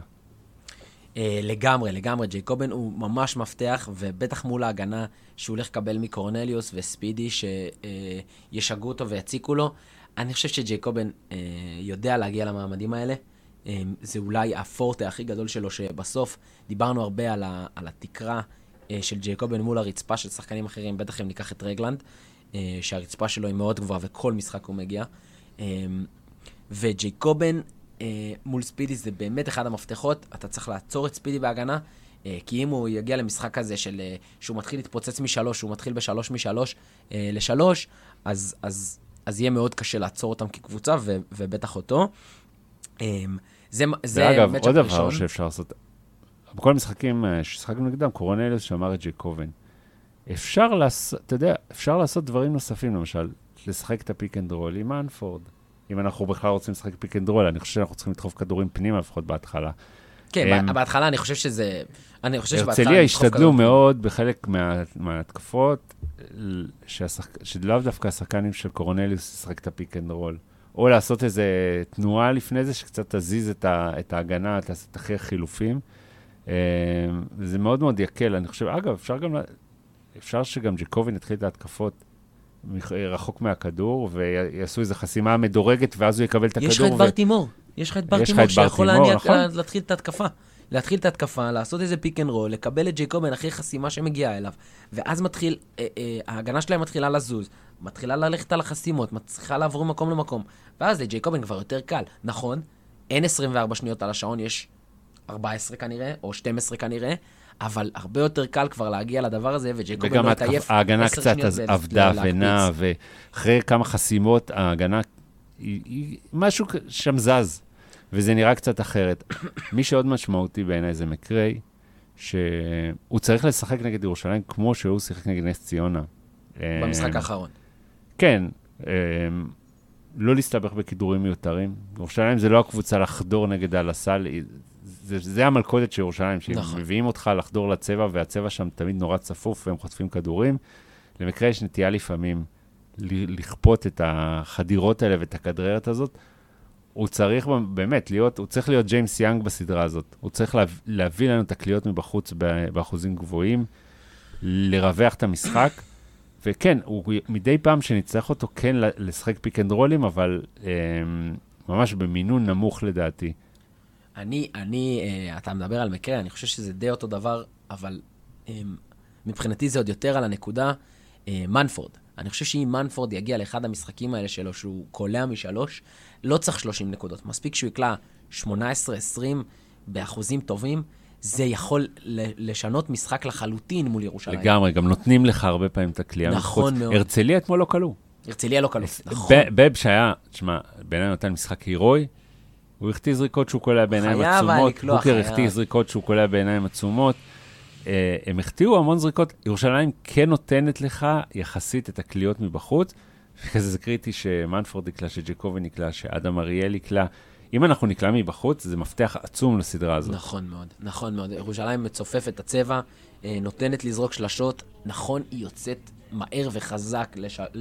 לגמרי, ג'ייקובן הוא ממש מפתח, ובטח מול ההגנה שהוא הולך לקבל מקורנליוס וספידי, שישגעו אותו ויציקו לו. אני חושב שג'ייקובן יודע להגיע למעמדים האלה. זה אולי הפורטה הכי גדול שלו, שבסוף דיברנו הרבה על התקרה של ג'ייקובן מול הרצפה של שחקנים אחרים, בטח אם ניקח את רגלנד, שהרצפה שלו היא מאוד גבוהה וכל משחק הוא מגיע. וג'ייקובן מול ספידי זה באמת אחד המפתחות, אתה צריך לעצור את ספידי בהגנה, כי אם הוא יגיע למשחק הזה שהוא מתחיל להתפוצץ משלוש, שהוא מתחיל בשלוש משלוש לשלוש, אז יהיה מאוד קשה לעצור אותם כקבוצה, ובטח אותו. זה ואגב, מצ'אפ עוד דבר ראשון. שאפשר לעשות, בכל המשחקים ששחקנו נגדם, קורנליוס שאמר את ג'ייקובן, אפשר לעשות דברים נוספים, למשל, לשחק את הפיק אנד רול עם מנפורד. אם אנחנו בכלל רוצים לשחק פיק אנד רול, אני חושב שאנחנו צריכים לדחוף כדורים פנימה, לפחות בהתחלה. כן, בהתחלה אני חושב שזה... הרצליה השתדלו מאוד בחלק מההתקפות, שלאו דווקא השחקנים של קורנליוס לשחק את הפיק אנד רול. או לעשות איזו תנועה לפני זה, שקצת תזיז את ההגנה, לעשות אחרי חילופים. זה מאוד מאוד יקל. אני חושב, אגב, אפשר שגם ג'ייקובן יתחיל את ההתקפות רחוק מהכדור, ויעשו איזו חסימה מדורגת, ואז הוא יקבל את הכדור. יש לך את ברטימור. יש לך את ברטימור שיכול להתחיל את ההתקפה. להתחיל את ההתקפה, לעשות איזה פיק אנד רול, לקבל את ג'ייקובן אחרי חסימה שמגיעה אליו, ואז ההגנה שלהם מתחילה לזוז, מתחילה ללכת על החסימות, מצליחה לעבור ממקום למקום, ואז לג'ייקובן כבר יותר קל. נכון, אין 24 שניות על השעון, יש 14 כנראה, או 12 כנראה, אבל הרבה יותר קל כבר להגיע לדבר הזה, וג'ייקובן לא יתעייף 10 שניות. וגם ההגנה קצת עבדה ונעה, ואחרי כמה חסימות, ההגנה, משהו שם זז, וזה נראה קצת אחרת. מי שעוד משמעותי בעיניי זה מקרי, שהוא צריך לשחק נגד ירושלים, כמו שהוא שיחק נגד נס ציונה. במשחק האחרון. כן, לא להסתבך בכידורים מיותרים. ירושלים זה לא הקבוצה לחדור נגד הלסל, זה המלכודת של ירושלים, שמביאים אותך לחדור לצבע, והצבע שם תמיד נורא צפוף, והם חוטפים כדורים. למקרה יש נטייה לפעמים לכפות את החדירות האלה ואת הכדררת הזאת. הוא צריך באמת להיות, הוא צריך להיות ג'יימס יאנג בסדרה הזאת. הוא צריך להביא לנו את הקליות מבחוץ באחוזים גבוהים, לרווח את המשחק, וכן, הוא מדי פעם שנצטרך אותו כן לשחק פיק אנד רולים, אבל ממש במינון נמוך לדעתי. אתה מדבר על מקרה, אני חושב שזה די אותו דבר, אבל מבחינתי זה עוד יותר על הנקודה, מנפורד. אני חושב שאם מנפורד יגיע לאחד המשחקים האלה שלו, שהוא קולע משלוש, לא צריך 30 נקודות. מספיק שהוא יקלע 18-20 באחוזים טובים, זה יכול לשנות משחק לחלוטין מול ירושלים. לגמרי, גם נותנים לך הרבה פעמים את הקליעה. נכון מאוד. הרצליה אתמול לא קלו. הרצליה לא קלו, נכון. בב שהיה, תשמע, בעיניי נותן משחק הירואי, הוא הכתיז זריקות שהוא קולע בעיניים עצומות, בוקר הכתיז זריקות שהוא קולע בעיניים עצומות, הם הכתיעו המון זריקות, ירושלים כן נותנת לך יחסית את הקליות מבחוץ, וכזה זה קריטי שמנפורד יקלה, שג'ייקובן יקלה, שאדם אריאל יקלה, אם אנחנו נקלה מבחוץ, זה מפתח עצום לסדרה הזאת. נכון מאוד, נכון מאוד. ירושלים מצופף את הצבע, נותנת לזרוק שלשות, נכון, היא יוצאת מהר וחזק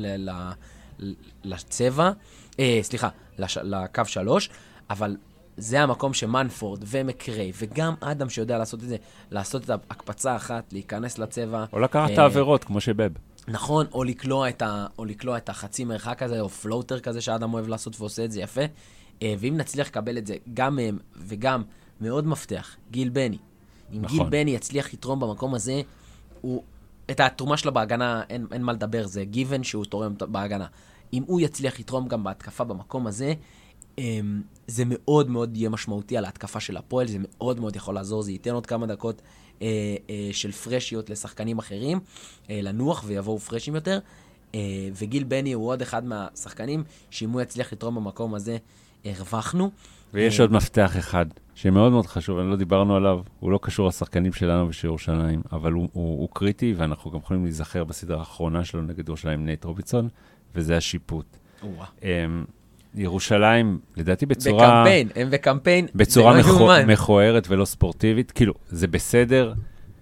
לצבע, סליחה, לקו 3, אבל זה המקום שמנפורד ומקרי, וגם אדם שיודע לעשות את זה, לעשות את ההקפצה אחת, להיכנס לצבע. או לקחת את העבירות, כמו שבב. נכון, או לקלוע את החצי מרחק הזה, או פלוטר כזה שאדם אוהב לעשות ועושה את זה יפה. ואם נצליח לקבל את זה גם מהם וגם מאוד מפתח, גיל בני. אם גיל בני יצליח לתרום במקום הזה, את התרומה שלו בהגנה, אין מה לדבר, זה גיוון שהוא תורם בהגנה. אם הוא יצליח לתרום גם בהתקפה במקום הזה, זה מאוד מאוד יהיה משמעותי על ההתקפה של הפועל, זה מאוד מאוד יכול לעזור, זה ייתן עוד כמה דקות של פרשיות לשחקנים אחרים, לנוח ויבואו פרשים יותר, וגיל בני הוא עוד אחד מהשחקנים, שאם הוא יצליח לתרום במקום הזה, הרווחנו. ויש עוד מפתח אחד, שמאוד מאוד חשוב, אני לא דיברנו עליו, הוא לא קשור לשחקנים שלנו ושל ירושלים, אבל הוא קריטי, ואנחנו גם יכולים להיזכר בסדרה האחרונה שלו נגד ירושלים נייט רובינסון, וזה השיפוט. ירושלים, לדעתי בצורה... הם בקמפיין. בצורה מכוערת ולא ספורטיבית, כאילו, זה בסדר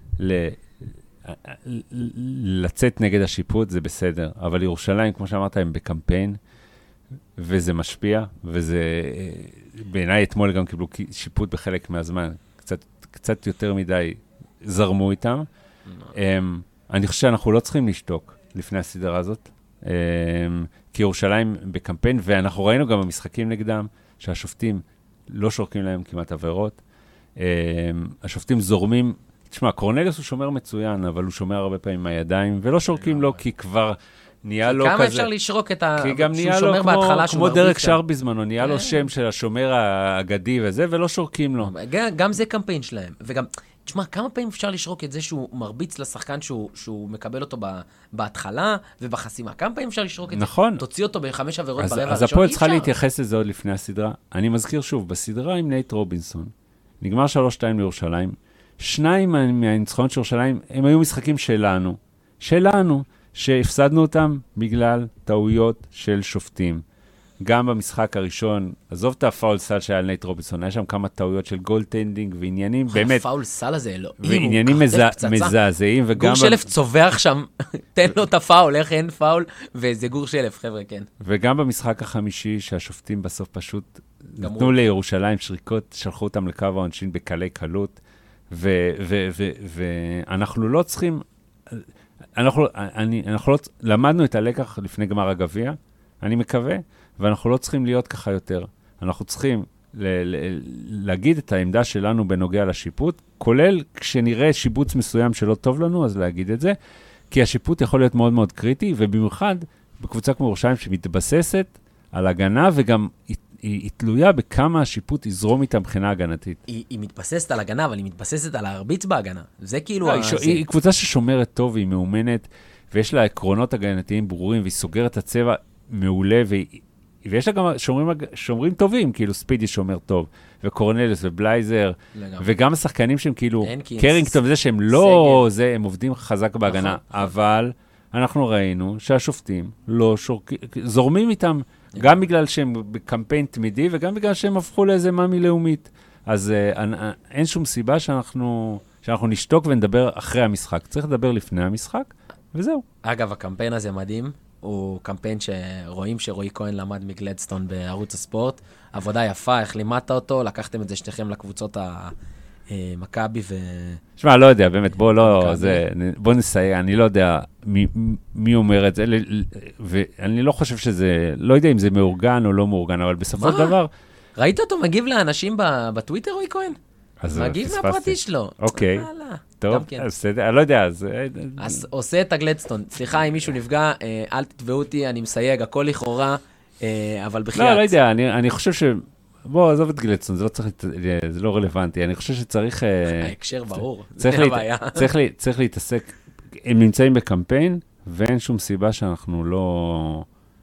לצאת נגד השיפוט, זה בסדר, אבל ירושלים, כמו שאמרת, הם בקמפיין, וזה משפיע, וזה, בעיניי אתמול גם קיבלו שיפוט בחלק מהזמן, קצת יותר מדי זרמו איתם. אני חושב שאנחנו לא צריכים לשתוק לפני הסדרה הזאת, כי ירושלים בקמפיין, ואנחנו ראינו גם במשחקים נגדם, שהשופטים לא שורקים להם כמעט עבירות, השופטים זורמים, תשמע, קורנליוס הוא שומר מצוין, אבל הוא שומר הרבה פעמים מהידיים, ולא שורקים לו, כי כבר נהיה לו כזה... כמה אפשר לשרוק את ה... כי גם נהיה לו כמו דרק שר בזמנו, נהיה לו שם של השומר האגדי וזה, ולא שורקים לו. גם זה קמפיין שלהם, וגם תשמע, כמה פעמים אפשר לשרוק את זה שהוא מרביץ לשחקן שהוא מקבל אותו בהתחלה ובחסימה? כמה פעמים אפשר לשרוק את זה? נכון. תוציא אותו ב5 עבירות ברבע הראשון? אז הפועל צריכה להתייחס לזה עוד לפני הסדרה. אני מזכיר שוב, בסדרה עם נייט רובינסון, נגמר 3-2 לירושלים, 2 מהניצחונות של ירושלים, הם היו משחקים שלנו, שהפסדנו אותם בגלל טעויות של שופטים. גם במשחק הראשון, עזוב את הפאול סל שהיה על נייט רובינסון, היה שם כמה טעויות של גולדטנדינג ועניינים, באמת. הפאול סל הזה, אלוהים, ועניינים מזעזעים, וגם... גור שלף צובח שם, תן לו את הפאול, איך אין פאול, וזה גור שלף, חבר'ה, כן. וגם במשחק החמישי, שהשופטים בסוף פשוט נתנו לירושלים שריקות, שלחו אותם לקו העונשין בקלי קלות, ואנחנו לא צריכים... אנחנו לא... למדנו את הלקח לפני גמר הגביע, אני מקווה, ואנחנו לא צריכים להיות ככה יותר. אנחנו צריכים להגיד את העמדה שלנו בנוגע לשיפוט, כולל כשנראה שיבוץ מסוים שלא טוב לנו, אז להגיד את זה, כי השיפוט יכול להיות מאוד מאוד קריטי, ובמיוחד בקבוצה כמו ירושלים שמתבססת על הגנה, וגם היא תלויה בכמה השיפוט יזרום איתה מבחינה הגנתית. היא מתבססת על הגנה, אבל היא מתבססת על ההרביץ בהגנה. זה כאילו... היא קבוצה ששומרת טוב, והיא מאומנת, ויש לה עקרונות הגנתיים ברורים, והיא סוגרת את הצבע מעולה, ויש לה גם שומרים טובים, כאילו ספידי שומר טוב, וקורנלס ובלייזר, וגם השחקנים שהם כאילו, קרינגטון וזה שהם לא, הם עובדים חזק בהגנה, אבל אנחנו ראינו שהשופטים לא זורמים איתם, גם בגלל שהם בקמפיין תמידי, וגם בגלל שהם הפכו לאיזה מאמי לאומית. אז אין שום סיבה שאנחנו נשתוק ונדבר אחרי המשחק. צריך לדבר לפני המשחק, וזהו. אגב, הקמפיין הזה מדהים. הוא קמפיין שרואים שרועי כהן למד מגלדסטון בערוץ הספורט. עבודה יפה, איך לימדת אותו, לקחתם את זה שתיכם לקבוצות המכבי ו... תשמע, לא יודע, באמת, בוא נסייע, אני לא יודע מי אומר את זה, ואני לא חושב שזה, לא יודע אם זה מאורגן או לא מאורגן, אבל בסופו של דבר... ראית אותו מגיב לאנשים בטוויטר, רועי כהן? מגיב מהפרטי שלו. אוקיי. טוב, בסדר, אני לא יודע, אז עושה את הגלדסטון. סליחה, אם מישהו נפגע, אל תתבעו אותי, אני מסייג, הכל לכאורה, אבל בחייאת. לא יודע, אני חושב ש... בוא, עזוב את גלדסטון, זה לא רלוונטי, אני חושב שצריך... ההקשר ברור, זה הבעיה. צריך להתעסק, הם נמצאים בקמפיין, ואין שום סיבה שאנחנו לא...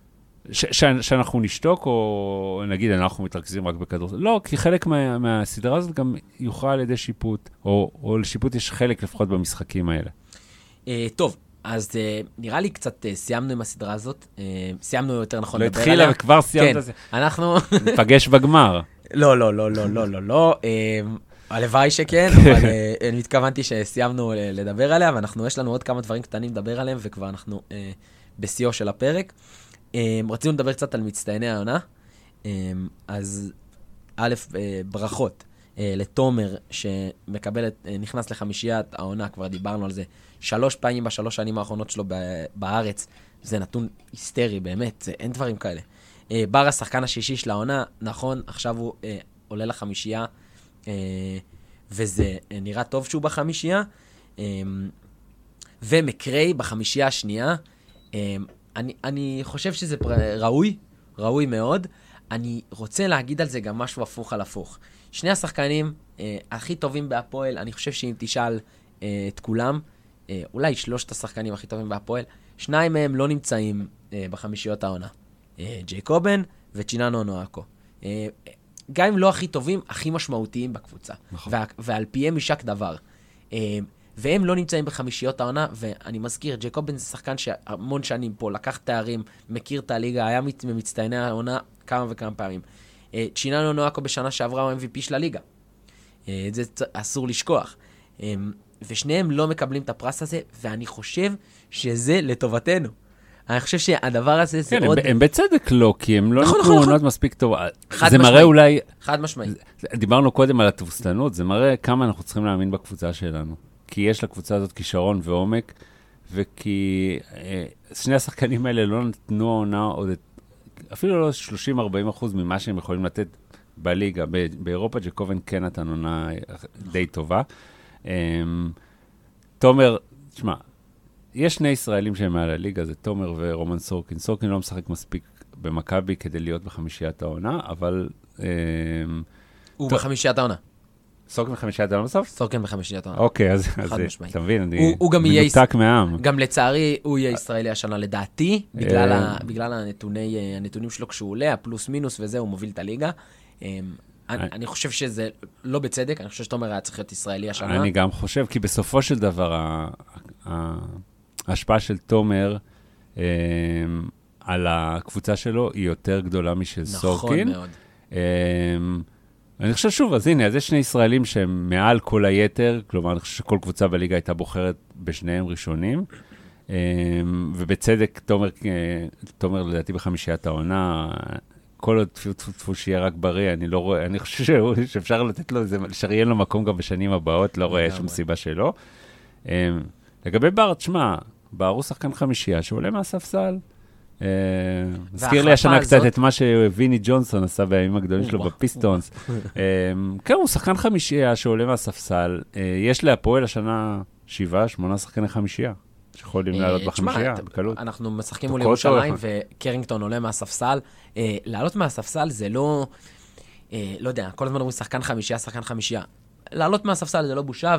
שאנחנו נשתוק, או נגיד, אנחנו מתרכזים רק בכדורסל. לא, כי חלק מהסדרה הזאת גם יוכרע על ידי שיפוט, או לשיפוט יש חלק לפחות במשחקים האלה. טוב, אז נראה לי קצת סיימנו עם הסדרה הזאת. סיימנו יותר נכון לדבר עליה. לא התחילה וכבר סיימת. כן, אנחנו... נפגש בגמר. לא. הלוואי שכן, אבל אני מתכוונתי שסיימנו לדבר עליה, יש לנו עוד כמה דברים קטנים לדבר עליהם, וכבר אנחנו בשיאו של הפרק. רצינו לדבר קצת על מצטייני העונה, אז א', ברכות לתומר שמקבלת, נכנס לחמישיית העונה, כבר דיברנו על זה 3 פעמים ב3 שנים האחרונות שלו בארץ, זה נתון היסטרי באמת, אין דברים כאלה. בר השחקן השישי של העונה, נכון, עכשיו הוא עולה לחמישייה, וזה נראה טוב שהוא בחמישייה, ומקרי בחמישייה השנייה, אני חושב שזה ראוי מאוד. אני רוצה להגיד על זה גם משהו הפוך על הפוך. שני השחקנים הכי טובים בהפועל, אני חושב שאם תשאל את כולם, אולי 3 השחקנים הכי טובים בהפועל, 2 מהם לא נמצאים בחמישיות העונה. ג'ייקובן וצ'יננו נואקו. גם אם לא הכי טובים, הכי משמעותיים בקבוצה. נכון. ועל פיהם יישק דבר. והם לא נמצאים בחמישיות העונה, ואני מזכיר, ג'ייקובן זה שחקן שהמון שנים פה, לקח תארים, מכיר את הליגה, היה ממצטייני העונה כמה וכמה פעמים. צ'יננו נואקו בשנה שעברה הוא MVP של הליגה. את זה אסור לשכוח. ושניהם לא מקבלים את הפרס הזה, ואני חושב שזה לטובתנו. אני חושב שהדבר הזה זה עוד... הם בצדק לא, כי הם לא נתנו עונות מספיק טוב. זה מראה אולי... חד משמעי. דיברנו קודם על התבוסתנות, זה מראה כמה אנחנו צריכים להאמין בקבוצה שלנו. כי יש לקבוצה הזאת כישרון ועומק, וכי שני השחקנים האלה לא נתנו עונה עוד אפילו לא 30-40% ממה שהם יכולים לתת בליגה. באירופה ג'ייקובן כן נתן עונה די טובה. תומר, תשמע, יש 2 ישראלים שהם מעל הליגה, זה תומר ורומן סורקין. סורקין לא משחק מספיק במכבי כדי להיות בחמישיית העונה, אבל... הוא בחמישיית העונה. סורקין בחמישיית העונה בסוף? סורקין בחמישיית העונה. אוקיי, אז אתה מבין, אני מנותק מהעם. גם לצערי, הוא יהיה ישראלי השנה לדעתי, בגלל הנתונים שלו כשהוא עולה, הפלוס מינוס וזה, הוא מוביל את הליגה. אני חושב שזה לא בצדק, אני חושב שתומר היה צריך להיות ישראלי השנה. אני גם חושב, כי בסופו של דבר, ההשפעה של תומר על הקבוצה שלו היא יותר גדולה משל סורקין. נכון מאוד. אני חושב שוב, אז הנה, אז יש שני ישראלים שהם מעל כל היתר, כלומר, אני חושב שכל קבוצה בליגה הייתה בוחרת בשניהם ראשונים, ובצדק, תומר לדעתי בחמישיית העונה, כל עוד תפו שיהיה רק בריא, אני לא רואה, אני חושב שאפשר לתת לו, לשריין לו מקום גם בשנים הבאות, לא רואה שום סיבה שלא. לגבי בר, תשמע, בר הוא שחקן חמישייה שעולה מהספסל, מזכיר לי השנה קצת את מה שוויני ג'ונסון עשה בימים הגדולים שלו בפיסטונס. כן, הוא שחקן חמישייה שעולה מהספסל, יש להפועל השנה 7-8 שחקני חמישייה. שיכולים לעלות בחמישייה, בקלות. אנחנו משחקים מול ירושלים, וקרינגטון עולה מהספסל. לעלות מהספסל זה לא, לא יודע, כל הזמן אומרים שחקן חמישייה. לעלות מהספסל זה לא בושה,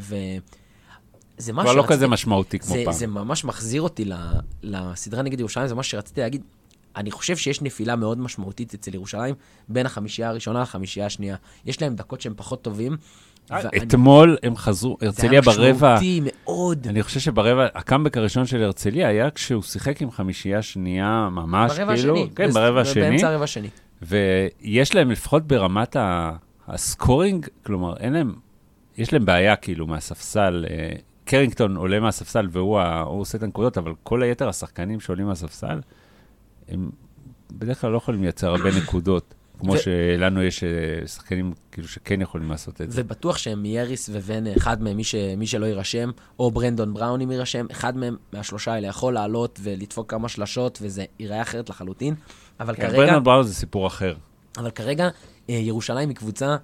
זה מה כבר לא כזה משמעותי כמו פעם. זה ממש מחזיר אותי לסדרה נגד ירושלים, זה מה שרציתי להגיד. אני חושב שיש נפילה מאוד משמעותית אצל ירושלים, בין החמישייה הראשונה לחמישייה השנייה. יש להם דקות שהם פחות טובים, אתמול הם חזרו, הרצליה ברבע, זה היה משמעותי מאוד. אני חושב שברבע, הקאמבק הראשון של הרצליה היה כשהוא שיחק עם חמישייה שנייה ממש, כאילו, כן, ברבע השני, באמצע הרבע השני. ויש להם לפחות ברמת הסקורינג, כלומר, יש להם בעיה כאילו מהספסל, קרינגטון עולה מהספסל והוא עושה את הנקודות, אבל כל היתר השחקנים שעולים מהספסל, הם בדרך כלל לא יכולים לייצר הרבה נקודות. כמו שלנו יש שחקנים כאילו שכן יכולים לעשות את זה. ובטוח שהם יריס ובן, אחד מהם, מי שלא יירשם, או ברנדון בראון אם יירשם, אחד מהם מהשלושה האלה יכול לעלות ולדפוק כמה שלשות, וזה ייראה אחרת לחלוטין. אבל כרגע... ברנדון בראון זה סיפור אחר. אבל כרגע, ירושלים היא קבוצה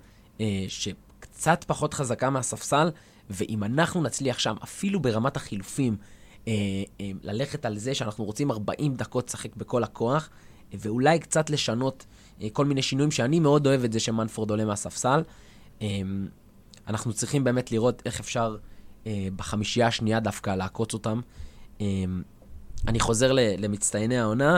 שקצת פחות חזקה מהספסל, ואם אנחנו נצליח שם, אפילו ברמת החילופים, ללכת על זה שאנחנו רוצים 40 דקות לשחק בכל הכוח, ואולי קצת לשנות כל מיני שינויים שאני מאוד אוהב את זה שמנפורד עולה מהספסל. אנחנו צריכים באמת לראות איך אפשר בחמישייה השנייה דווקא לעקוץ אותם. אני חוזר למצטייני העונה.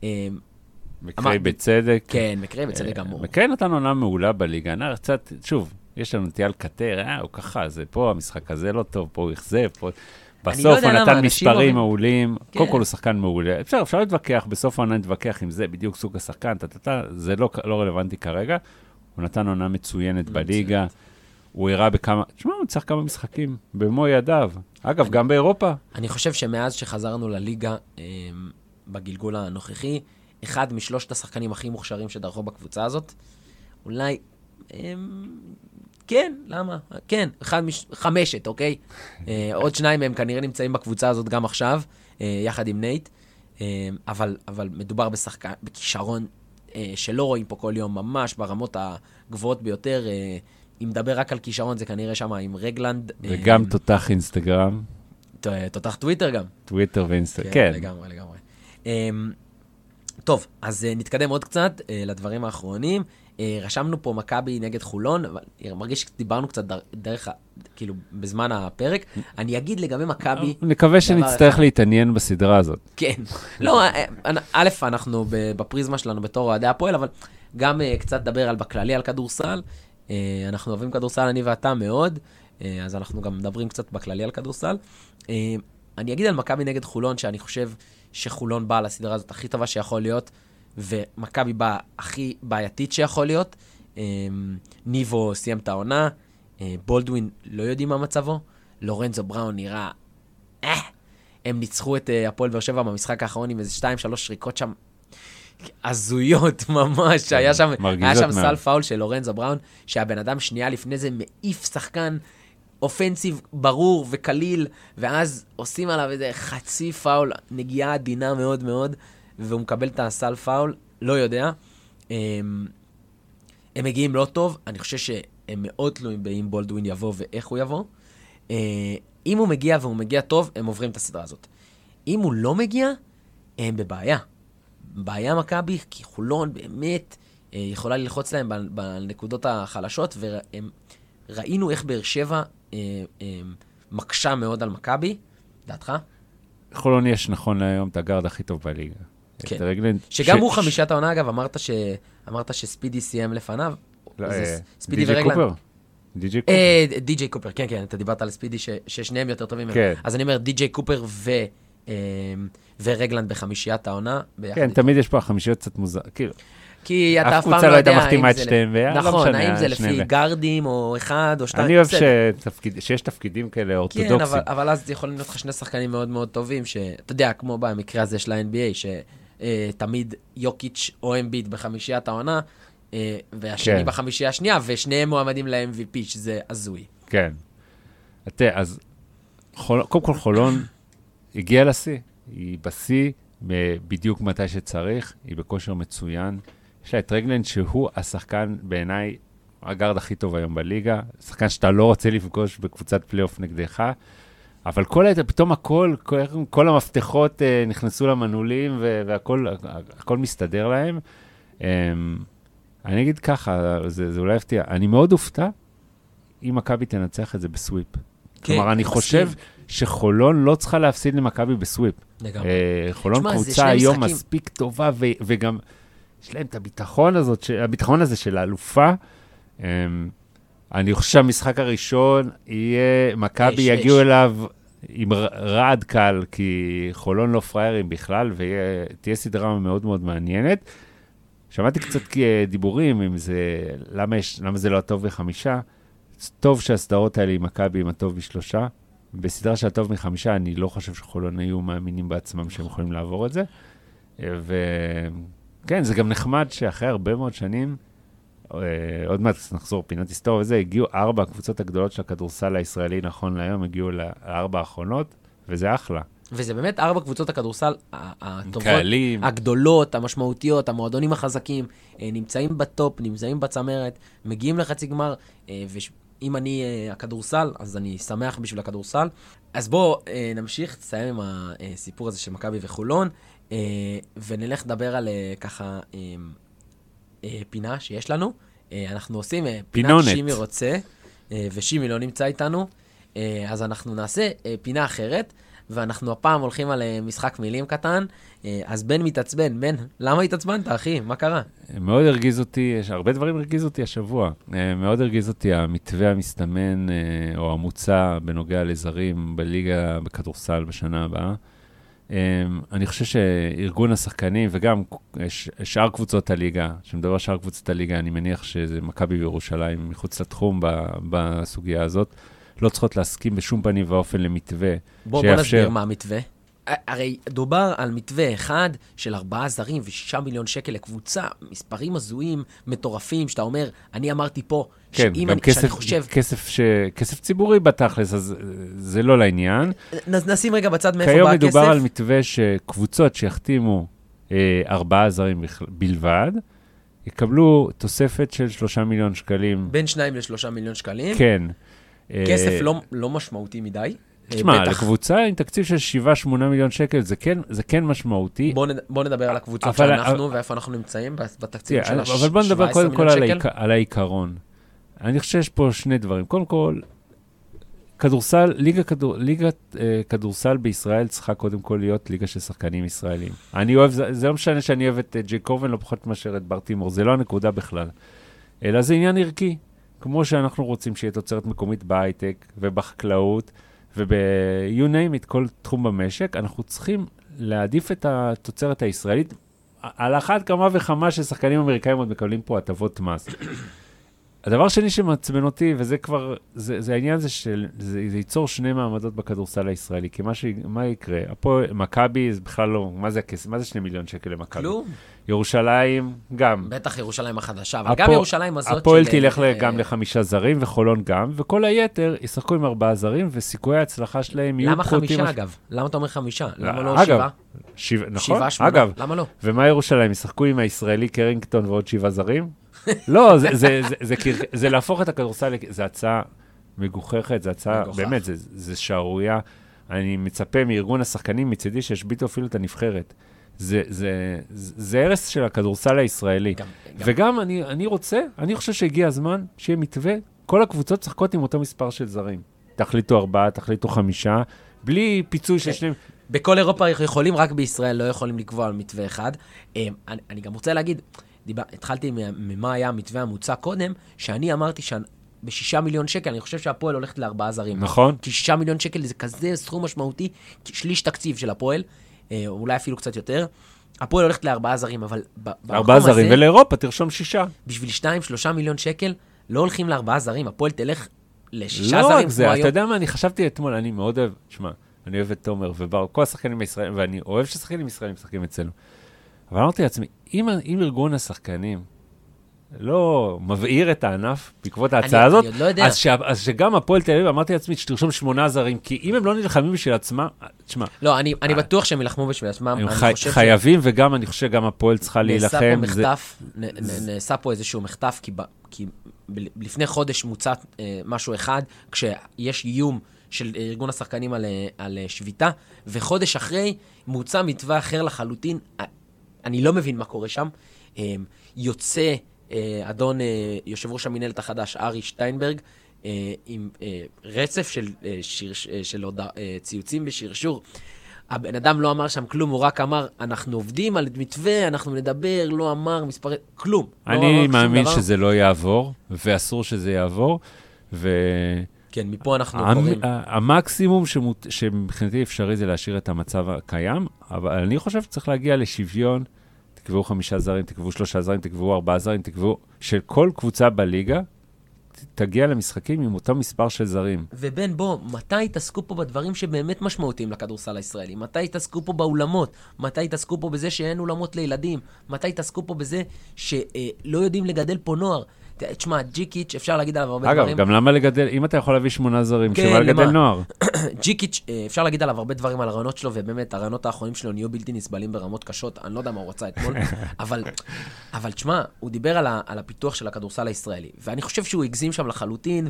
מקרי בצדק. כן, מקרי בצדק גמור. מקרי נתן עונה מעולה בליגה. קצת, שוב, יש לנו נטייה לקטר, הוא ככה, זה פה, המשחק הזה לא טוב, פה הוא יחזב, פה... בסוף הוא נתן מספרים מעולים, קודם כל הוא שחקן מעולה. אפשר להתווכח, בסוף העונה נתווכח אם זה בדיוק סוג השחקן, זה לא רלוונטי כרגע. הוא נתן עונה מצוינת בליגה, הוא הראה בכמה, תשמע, הוא צריך כמה משחקים, במו ידיו. אגב, גם באירופה. אני חושב שמאז שחזרנו לליגה, בגלגול הנוכחי, אחד משלושת השחקנים הכי מוכשרים שדרכו בקבוצה הזאת, אולי... כן, למה? כן, חמשת, אוקיי? עוד שניים מהם כנראה נמצאים בקבוצה הזאת גם עכשיו, יחד עם נייט, אבל מדובר בשחקן, בכישרון שלא רואים פה כל יום, ממש ברמות הגבוהות ביותר. אם מדבר רק על כישרון, זה כנראה שם עם רגלנד. וגם תותח אינסטגרם. תותח טוויטר גם. טוויטר ואינסטגרם, כן. לגמרי. טוב, אז נתקדם עוד קצת לדברים האחרונים. רשמנו פה מכבי נגד חולון, אבל מרגיש שדיברנו קצת דרך, כאילו, בזמן הפרק. אני אגיד לגבי מכבי... נקווה שנצטרך להתעניין בסדרה הזאת. כן. לא, א', אנחנו בפריזמה שלנו בתור אוהדי הפועל, אבל גם קצת דבר בכללי על כדורסל. אנחנו אוהבים כדורסל, אני ואתה מאוד, אז אנחנו גם מדברים קצת בכללי על כדורסל. אני אגיד על מכבי נגד חולון, שאני חושב שחולון באה לסדרה הזאת הכי טובה שיכול להיות, ומכבי באה הכי בעייתית שיכול להיות. ניבו סיים את העונה, בולדווין לא יודעים מה מצבו, לורנזו בראון נראה, הם ניצחו את הפועל באר שבע במשחק האחרון עם איזה 2-3 שריקות שם, הזויות ממש, היה שם סל פאול של לורנזו בראון, שהבן אדם שנייה לפני זה מעיף שחקן אופנסיב ברור וקליל, ואז עושים עליו איזה חצי פאול, נגיעה עדינה מאוד מאוד, והוא מקבל את הסל פאול, לא יודע. הם מגיעים לא טוב, אני חושב שהם מאוד תלויים באם בולדווין יבוא ואיך הוא יבוא. אם הוא מגיע והוא מגיע טוב, הם עוברים את הסדרה הזאת. אם הוא לא מגיע, הם בבעיה. בעיה מכבי, כי חולון באמת יכולה ללחוץ להם בנקודות החלשות, והם ראינו איך באר שבע מקשה מאוד על מכבי, דעתך? חולון יש נכון להיום את הגארד הכי טוב בליגה. כן. רגלנד, שגם הוא חמישת העונה, אגב, אמרת שספידי סיים לפניו. ספידי ורגלנד. די.ג'יי קופר. די.ג'יי קופר, כן, כן, אתה דיברת על ספידי ששניהם יותר טובים. כן. אז אני אומר, די.ג'יי קופר ורגלנד בחמישיית העונה. כן, תמיד יש פה חמישיות קצת מוזר. כי אתה אף קבוצה לא הייתה מחתימה את שניהם. נכון, האם זה לפי גרדים או אחד או שתיים. אני אוהב שיש תפקידים כאלה אורתודוקסיים. כן, אבל אז יכולים להיות לך שני שחקנים מאוד מאוד טובים, שאתה יודע, כמו במקרה הזה של ה-NBA, שתמיד יוקיץ' או אמביט בחמישיית העונה, והשני בחמישייה השנייה, ושניהם מועמדים ל-MVP, שזה הזוי. כן. אז קודם כל חולון הגיעה לשיא. היא בשיא בדיוק מתי שצריך, היא בכושר מצוין. יש לה את רגלנד שהוא השחקן בעיניי, הגארד הכי טוב היום בליגה, שחקן שאתה לא רוצה לפגוש בקבוצת פלייאוף נגדך, אבל פתאום כל המפתחות נכנסו למנעולים, והכל מסתדר להם. אני אגיד ככה, זה אולי הפתיע, אני מאוד הופתע אם מכבי תנצח את זה בסוויפ. כלומר, אני חושב שחולון לא צריכה להפסיד למכבי בסוויפ. חולון קבוצה היום מספיק טובה, וגם יש להם את הביטחון הזה של האלופה. אני חושב שהמשחק הראשון יהיה, מכבי יגיעו אליו עם רעד קל, כי חולון לא פריירים בכלל, ותהיה סדרה מאוד מאוד מעניינת. שמעתי קצת דיבורים, למה זה לא הטוב בחמישה. טוב שהסדרות האלה עם מכבי עם הטוב בשלושה. בסדרה של הטוב מחמישה, אני לא חושב שחולון היו מאמינים בעצמם שהם יכולים לעבור את זה. וכן, זה גם נחמד שאחרי הרבה מאוד שנים, עוד מעט נחזור פינת היסטוריה וזה, הגיעו 4 הקבוצות הגדולות של הכדורסל הישראלי נכון להיום, הגיעו ל4 האחרונות, וזה אחלה. וזה באמת 4 קבוצות הכדורסל הטובות, הגדולות, המשמעותיות, המועדונים החזקים, נמצאים בטופ, נמצאים בצמרת, מגיעים לחצי גמר, ואם אני הכדורסל, אז אני שמח בשביל הכדורסל. אז בואו נמשיך, תסיים עם הסיפור הזה של מכבי וחולון, ונלך לדבר על ככה פינה שיש לנו. אנחנו עושים פינת שימי רוצה, ושימי לא נמצא איתנו, אז אנחנו נעשה פינה אחרת, ואנחנו הפעם הולכים על משחק מילים קטן, אז בן מתעצבן. בן, למה התעצבנת, אחי? מה קרה? מאוד הרגיז אותי, הרבה דברים הרגיז אותי השבוע. מאוד הרגיז אותי המתווה המסתמן, או המוצע בנוגע לזרים בליגה בכדורסל בשנה הבאה. אני חושב שארגון השחקנים, וגם שאר קבוצות הליגה, שמדבר שאר קבוצות הליגה, אני מניח שזה מכבי וירושלים מחוץ לתחום בסוגיה הזאת, לא צריכות להסכים בשום פנים ואופן למתווה. בוא נסביר מה המתווה. הרי דובר על מתווה אחד של 4 זרים ו6 מיליון שקל לקבוצה, מספרים הזויים, מטורפים, שאתה אומר, אני אמרתי פה, כן, גם כסף ציבורי בתכלס, אז זה לא לעניין. נשים רגע בצד מאיפה בא כיום הכסף. מדובר על מתווה שקבוצות שיחתימו 4 זרים בלבד, יקבלו תוספת של 3 מיליון שקלים. בין 2 ל3 מיליון שקלים. כן. כסף לא משמעותי מדי. תשמע, לקבוצה עם תקציב של 7-8 מיליון שקל, זה כן משמעותי. בוא נדבר על הקבוצות שאנחנו, ואיפה אנחנו נמצאים בתקציב של 17 אבל בוא נדבר קודם כל על העיקרון. אני חושב שיש פה שני דברים. קודם כל, כדורסל, ליגת כדורסל בישראל צריכה קודם כל להיות ליגה של שחקנים ישראלים. אני אוהב, זה לא משנה שאני אוהב את ג'ייקובן, לא פחות מאשר את ברטימור, זה לא הנקודה בכלל. אלא זה עניין ערכי. כמו שאנחנו רוצים שיהיה תוצרת מקומית בהייטק ובחקלאות, וב-you name it, כל תחום במשק, אנחנו צריכים להעדיף את התוצרת הישראלית, על אחת כמה וכמה ששחקנים אמריקאים עוד מקבלים פה הטבות מס. הדבר שני שמעצבן אותי, וזה כבר, זה העניין הזה זה ייצור 2 מעמדות בכדורסל הישראלי, כי מה יקרה? מכבי, זה בכלל לא, מה זה הכסף? מה זה 2 מיליון שקל למכבי? כלום. ירושלים, גם. בטח ירושלים החדשה, אבל גם ירושלים הזאת הפועל תלך גם ל5 זרים, וחולון גם, וכל היתר ישחקו עם 4 זרים, וסיכויי ההצלחה שלהם יהיו פחותים. למה 5 אגב? למה אתה אומר 5? למה לא 7? נכון, 7, 8, למה לא? ומה ירושלים? ישחקו עם הישראלי קרינגטון ועוד 7 זרים? לא, זה להפוך את הכדורסל, זה הצעה מגוחכת, זה הצעה, באמת, זה שערוריה. אני מצפה מארגון השחקנים מצידי שישביתו אפילו את הנבחרת. זה הרס של הכדורסל הישראלי. וגם אני חושב שהגיע הזמן שיהיה מתווה כל הקבוצות צחקות עם אותו מספר של זרים. תחליטו 4, תחליטו 5, בלי פיצוי של שניהם. בכל אירופה יכולים, רק בישראל לא יכולים לקבוע על מתווה אחד. אני גם רוצה להגיד, התחלתי ממה היה המתווה המוצע קודם, שאני אמרתי ב6 מיליון שקל, אני חושב שהפועל הולכת ל4 זרים. נכון. כי 6 מיליון שקל זה כזה סכום משמעותי, שליש תקציב של הפועל, אולי אפילו קצת יותר. הפועל הולכת ל4 זרים, אבל במקום 4 זרים, ולאירופה תרשום 6. בשביל 2-3 מיליון שקל, לא הולכים ל4 זרים, הפועל תלך ל6 זרים. לא רק זה, אתה יודע מה, אני חשבתי אתמול, אני מאוד אוהב, שמע, אני אוהב את תומר ובר, כל השחקנים הישראלים, ואני אוהב ששחקנים ישראלים משחקים אצלנו. אבל אמרתי לעצמי, אם ארגון השחקנים לא מבעיר את הענף בעקבות ההצעה הזאת, אני עוד לא יודע. אז שגם הפועל תל אביב, אמרתי לעצמי, שתרשום 8 זרים, כי אם הם לא נלחמים בשביל עצמם, תשמע. לא, אני בטוח שהם ילחמו בשביל עצמם. הם חייבים, וגם אני חושב שגם הפועל צריכה להילחם. נעשה פה איזשהו מחטף, כי לפני חודש מוצע משהו אחד, כשיש איום של ארגון השחקנים על שביתה, וחודש אחרי מוצע מתווה אחר לחלוטין. אני לא מבין מה קורה שם. יוצא אדון יושב ראש המנהלת החדש, ארי שטיינברג, עם רצף של ציוצים בשרשור. הבן אדם לא אמר שם כלום, הוא רק אמר, אנחנו עובדים על מתווה, אנחנו נדבר, לא אמר מספר, כלום. אני מאמין שזה לא יעבור, ואסור שזה יעבור, כן, מפה אנחנו קוראים. המקסימום שמבחינתי אפשרי זה להשאיר את המצב הקיים, אבל אני חושב שצריך להגיע לשוויון, תקבעו 5 זרים, תקבעו 3 זרים, תקבעו 4 זרים, תקבעו שכל קבוצה בליגה תגיע למשחקים עם אותו מספר של זרים. ובן, בוא, מתי התעסקו פה בדברים שבאמת משמעותיים לכדורסל הישראלי? מתי התעסקו פה באולמות? מתי התעסקו פה בזה שאין אולמות לילדים? מתי התעסקו פה בזה שלא יודעים לגדל פה נוער? תשמע, ג'יקיץ' אפשר להגיד עליו הרבה דברים. אגב, גם למה לגדל, אם אתה יכול להביא 8 זרים, שמה לגדל נוער? ג'יקיץ' אפשר להגיד עליו הרבה דברים על הרעיונות שלו, ובאמת הרעיונות האחרונים שלו נהיו בלתי נסבלים ברמות קשות, אני לא יודע מה הוא רצה אתמול, אבל תשמע, הוא דיבר על הפיתוח של הכדורסל הישראלי, ואני חושב שהוא הגזים שם לחלוטין,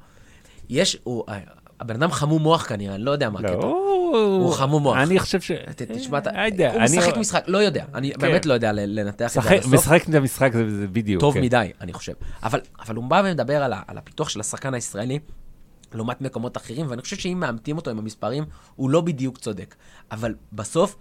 הבן אדם חמום מוח כנראה, אני לא יודע מה הקטע. הוא חמום מוח. אני חושב ש... תשמע, הוא משחק משחק, לא יודע. אני באמת לא יודע לנתח את זה עד הסוף. משחק את המשחק זה בדיוק. טוב מדי, אני חושב. אבל הוא בא ומדבר על הפיתוח של השחקן הישראלי, לעומת מקומות אחרים, ואני חושב שאם מאמתים אותו עם המספרים, הוא לא בדיוק צודק. אבל בסוף,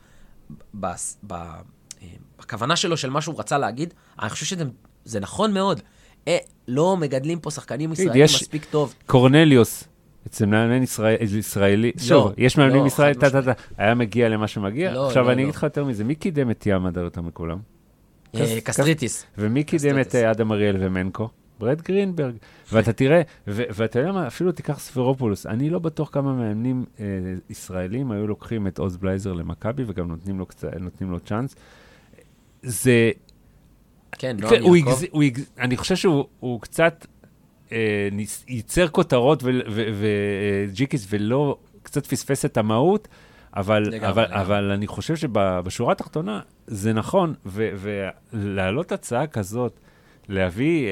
בכוונה שלו של מה שהוא רצה להגיד, אני חושב שזה נכון מאוד. לא מגדלים פה שחקנים ישראלים מספיק טוב. קורנליוס. אצל מאמן ישראלי, שוב, יש מאמנים ישראלי, היה מגיע למה שמגיע, עכשיו אני אגיד לך יותר מזה, מי קידם את ים עד אותם מכולם? קסטריטיס. ומי קידם את אדם אריאל ומנקו? ברד גרינברג. ואתה תראה, ואתה יודע מה, אפילו תיקח ספירופולוס, אני לא בטוח כמה מאמנים ישראלים היו לוקחים את עוז בלייזר למכבי, וגם נותנים לו צ'אנס. זה... כן, נועם יעקב. אני חושב שהוא קצת... ייצר כותרות וג'יקיס ולא קצת פספס את המהות, אבל אני חושב שבשורה התחתונה זה נכון, ולהעלות הצעה כזאת, להביא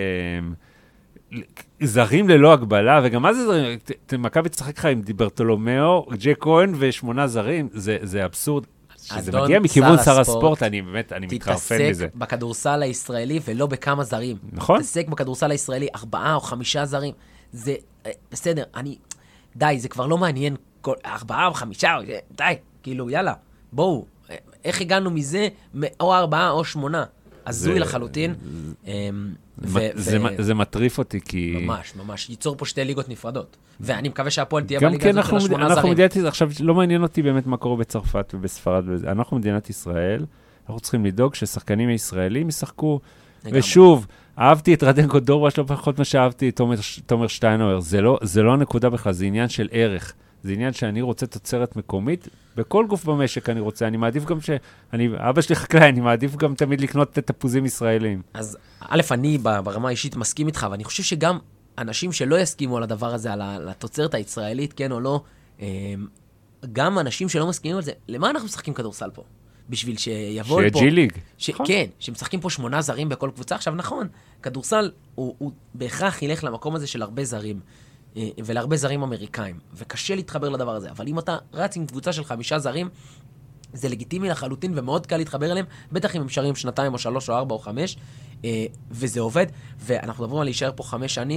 זרים ללא הגבלה, וגם מה זה זרים? מכבי תשחק לך עם ברטולומיאו, ג'ק כהן ו8 זרים, זה אבסורד. שזה מגיע מכיוון שר הספורט, אני מתחרפן מזה. תתעסק בכדורסל הישראלי ולא בכמה זרים. נכון. תתעסק בכדורסל הישראלי 4 או 5 זרים. זה בסדר, די, זה כבר לא מעניין 4 או 5, די, כאילו, יאללה, בואו, איך הגענו מזה, או 4 או 8, הזוי לחלוטין. זה מטריף אותי, כי... ממש, ייצור פה 2 ליגות נפרדות. ואני מקווה שהפועל תהיה בליגה הזאת של 8 זרים. עכשיו, לא מעניין אותי באמת מה קורה בצרפת ובספרד. אנחנו מדינת ישראל, אנחנו צריכים לדאוג ששחקנים הישראלים ישחקו. ושוב, אהבתי את רדנקו דורבש, לא פחות מה שאהבתי את תומר שטיינאוור. זה לא הנקודה בכלל, זה עניין של ערך. זה עניין שאני רוצה תוצרת מקומית, בכל גוף במשק אני רוצה, אני מעדיף גם אבא שלי חקלאי, אני מעדיף גם תמיד לקנות תפוזים ישראלים. אז א', אני ברמה האישית מסכים איתך, ואני חושב שגם אנשים שלא יסכימו על הדבר הזה, על התוצרת הישראלית, כן או לא, גם אנשים שלא מסכימים על זה, למה אנחנו משחקים כדורסל פה? בשביל שיבוא לפה... שיהיה ג'י ליג. כן, שמשחקים פה 8 זרים בכל קבוצה. עכשיו נכון, כדורסל הוא בהכרח ילך למקום הזה של הרבה זרים. ולהרבה זרים אמריקאים, וקשה להתחבר לדבר הזה, אבל אם אתה רץ עם קבוצה של 5 זרים, זה לגיטימי לחלוטין, ומאוד קל להתחבר אליהם, בטח אם הם שרים 2 או 3 או 4 או 5, וזה עובד, ואנחנו מדברים על להישאר פה 5 שנים,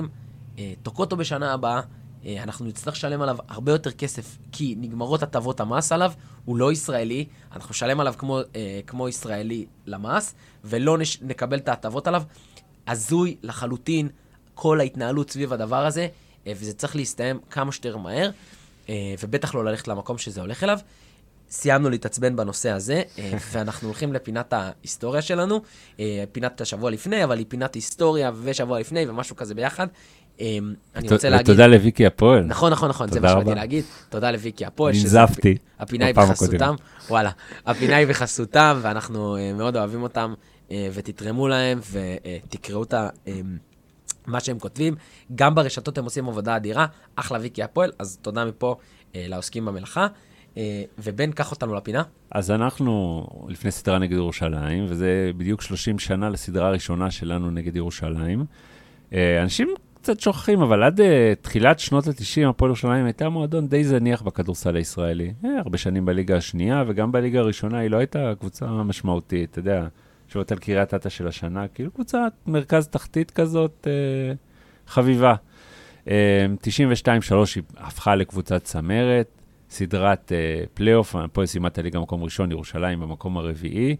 תוקע אותו בשנה הבאה, אנחנו נצטרך לשלם עליו הרבה יותר כסף, כי נגמרות הטבות המס עליו, הוא לא ישראלי, אנחנו נשלם עליו כמו ישראלי למס, ולא נקבל את ההטבות עליו. הזוי לחלוטין כל ההתנהלות סביב הדבר הזה, וזה צריך להסתיים כמה שיותר מהר, ובטח לא ללכת למקום שזה הולך אליו. סיימנו להתעצבן בנושא הזה, ואנחנו הולכים לפינת ההיסטוריה שלנו, פינת השבוע לפני, אבל היא פינת היסטוריה ושבוע לפני, ומשהו כזה ביחד. אני רוצה להגיד... ותודה לוויקי הפועל. נכון, זה מה שבאתי להגיד. תודה לוויקי הפועל. ננזפתי. הפינה היא בחסותם. וואלה, הפינה היא בחסותם, ואנחנו מאוד אוהבים אותם, ותתרמו להם, ותקראו את מה שהם כותבים. גם ברשתות הם עושים עבודה אדירה, אחלה ויקי הפועל, אז תודה מפה לעוסקים במלאכה. ובן, קח אותנו לפינה. אז אנחנו לפני סדרה נגד ירושלים, וזה בדיוק 30 שנה לסדרה הראשונה שלנו נגד ירושלים. אנשים קצת שוכחים, אבל עד תחילת שנות ה-90, הפועל ירושלים הייתה מועדון די זניח בכדורסל הישראלי. הרבה שנים בליגה השנייה, וגם בליגה הראשונה היא לא הייתה קבוצה משמעותית, אתה יודע, שוות על קריית אתא של השנה, כאילו קבוצת מרכז תחתית כזאת חביבה. 92-3 היא הפכה לקבוצת צמרת, סדרת פלייאוף, הפועל סיימה את הליגה במקום ראשון, ירושלים במקום הרביעי,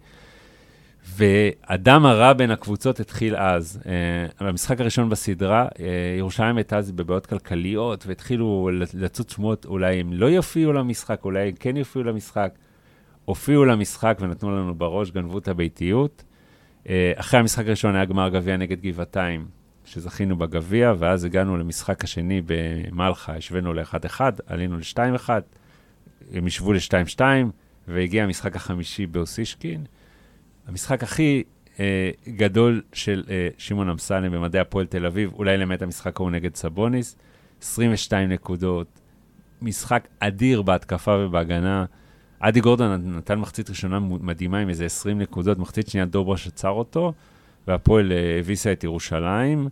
ואדם הרע בין הקבוצות התחיל אז. במשחק הראשון בסדרה, ירושלים הייתה אז בבעיות כלכליות, והתחילו לצוץ שמות, אולי הם לא יופיעו למשחק, אולי הם כן יופיעו למשחק, הופיעו למשחק ונתנו לנו בראש, גנבו את הביתיות. אחרי המשחק הראשון היה גמר גביע נגד גבעתיים, שזכינו בגביע, ואז הגענו למשחק השני במלחה, השווינו ל-1-1, עלינו ל-2-1, הם ישבו ל-2-2, והגיע המשחק החמישי באוסישקין. המשחק הכי גדול של שמעון אמסלם במדעי הפועל תל אביב, אולי למעט המשחק הוא נגד סבוניס, 22 נקודות, משחק אדיר בהתקפה ובהגנה. אדי גורדון נתן מחצית ראשונה מדהימה עם איזה 20 נקודות, מחצית שנייה דוברה שצר אותו, והפועל הביסה את ירושלים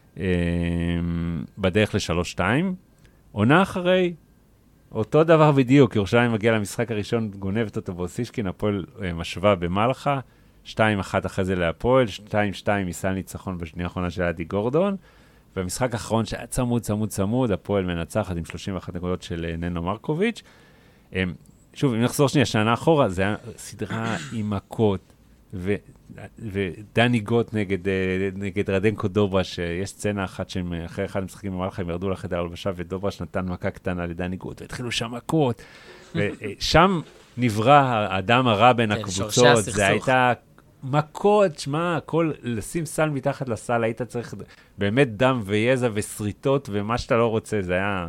בדרך ל-3-2. עונה אחרי, אותו דבר בדיוק, ירושלים מגיע למשחק הראשון, גונבת אותו באוסישקין, הפועל משווה במלחה, 2-1 אחרי זה להפועל, 2-2 מסל ניצחון בשנייה האחרונה של אדי גורדון, והמשחק האחרון שהיה צמוד, הפועל מנצחת עם 31 נקודות של ננו מרקוביץ'. שוב, אם נחזור שנייה, שנה אחורה, זה היה סדרה עם מכות, ודני גוט נגד רדנקו דובש, יש סצנה אחת שהם אחרי אחד המשחקים במלחה, הם ירדו לחדר הלבשה, ודובש נתן מכה קטנה לדני גוט, והתחילו שם מכות, ושם נברא האדם הרע בין הקבוצות, זה הייתה מכות, שמה, לשים סל מתחת לסל, היית צריך באמת דם ויזע וסריטות, ומה שאתה לא רוצה, זה היה...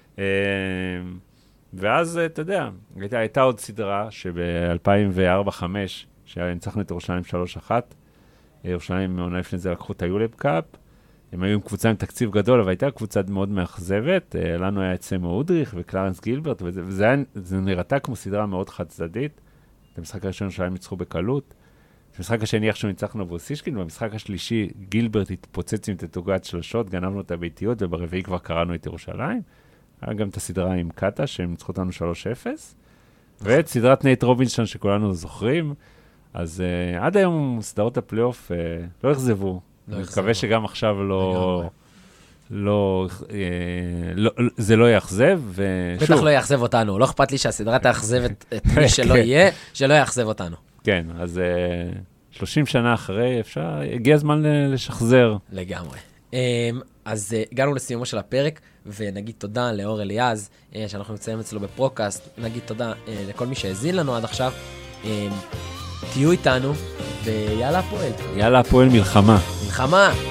ואז, אתה יודע, הייתה עוד סדרה שב-2004-2005, שהנצחנו את ירושלים 3-1, ירושלים מעונה לפני זה לקחו את היולב קאפ, הם היו עם קבוצה עם תקציב גדול, אבל הייתה קבוצה מאוד מאכזבת, לנו היה את סמו אודריך וקלרנס גילברט, וזה נראתה כמו סדרה מאוד חד צדדית, את המשחק הראשון שלהם ניצחו בקלות, במשחק השני איכשהו ניצחנו באוסישקין, ובמשחק השלישי גילברט התפוצץ עם תתוגת שלשות, גנבנו את הביתיות, וברביעי כבר קראנו את ירושלים, היה גם את הסדרה עם קאטה, שהם ניצחו אותנו 3-0, ואת סדרת נייט רובינשטיין שכולנו זוכרים, אז עד היום סדרות הפלייאוף לא יחזבו. אני מקווה שגם עכשיו זה לא יאכזב. בטח לא יאכזב אותנו, לא אכפת לי שהסדרה תאכזב את מי שלא יהיה, שלא יאכזב אותנו. כן, אז 30 שנה אחרי, הגיע הזמן לשחזר. לגמרי. אז הגענו לסיומו של הפרק, ונגיד תודה לאור אליעז, שאנחנו נמצאים אצלו בפרוקאסט, נגיד תודה לכל מי שהזין לנו עד עכשיו, תהיו איתנו, ויאללה הפועל. יאללה הפועל מלחמה. מלחמה.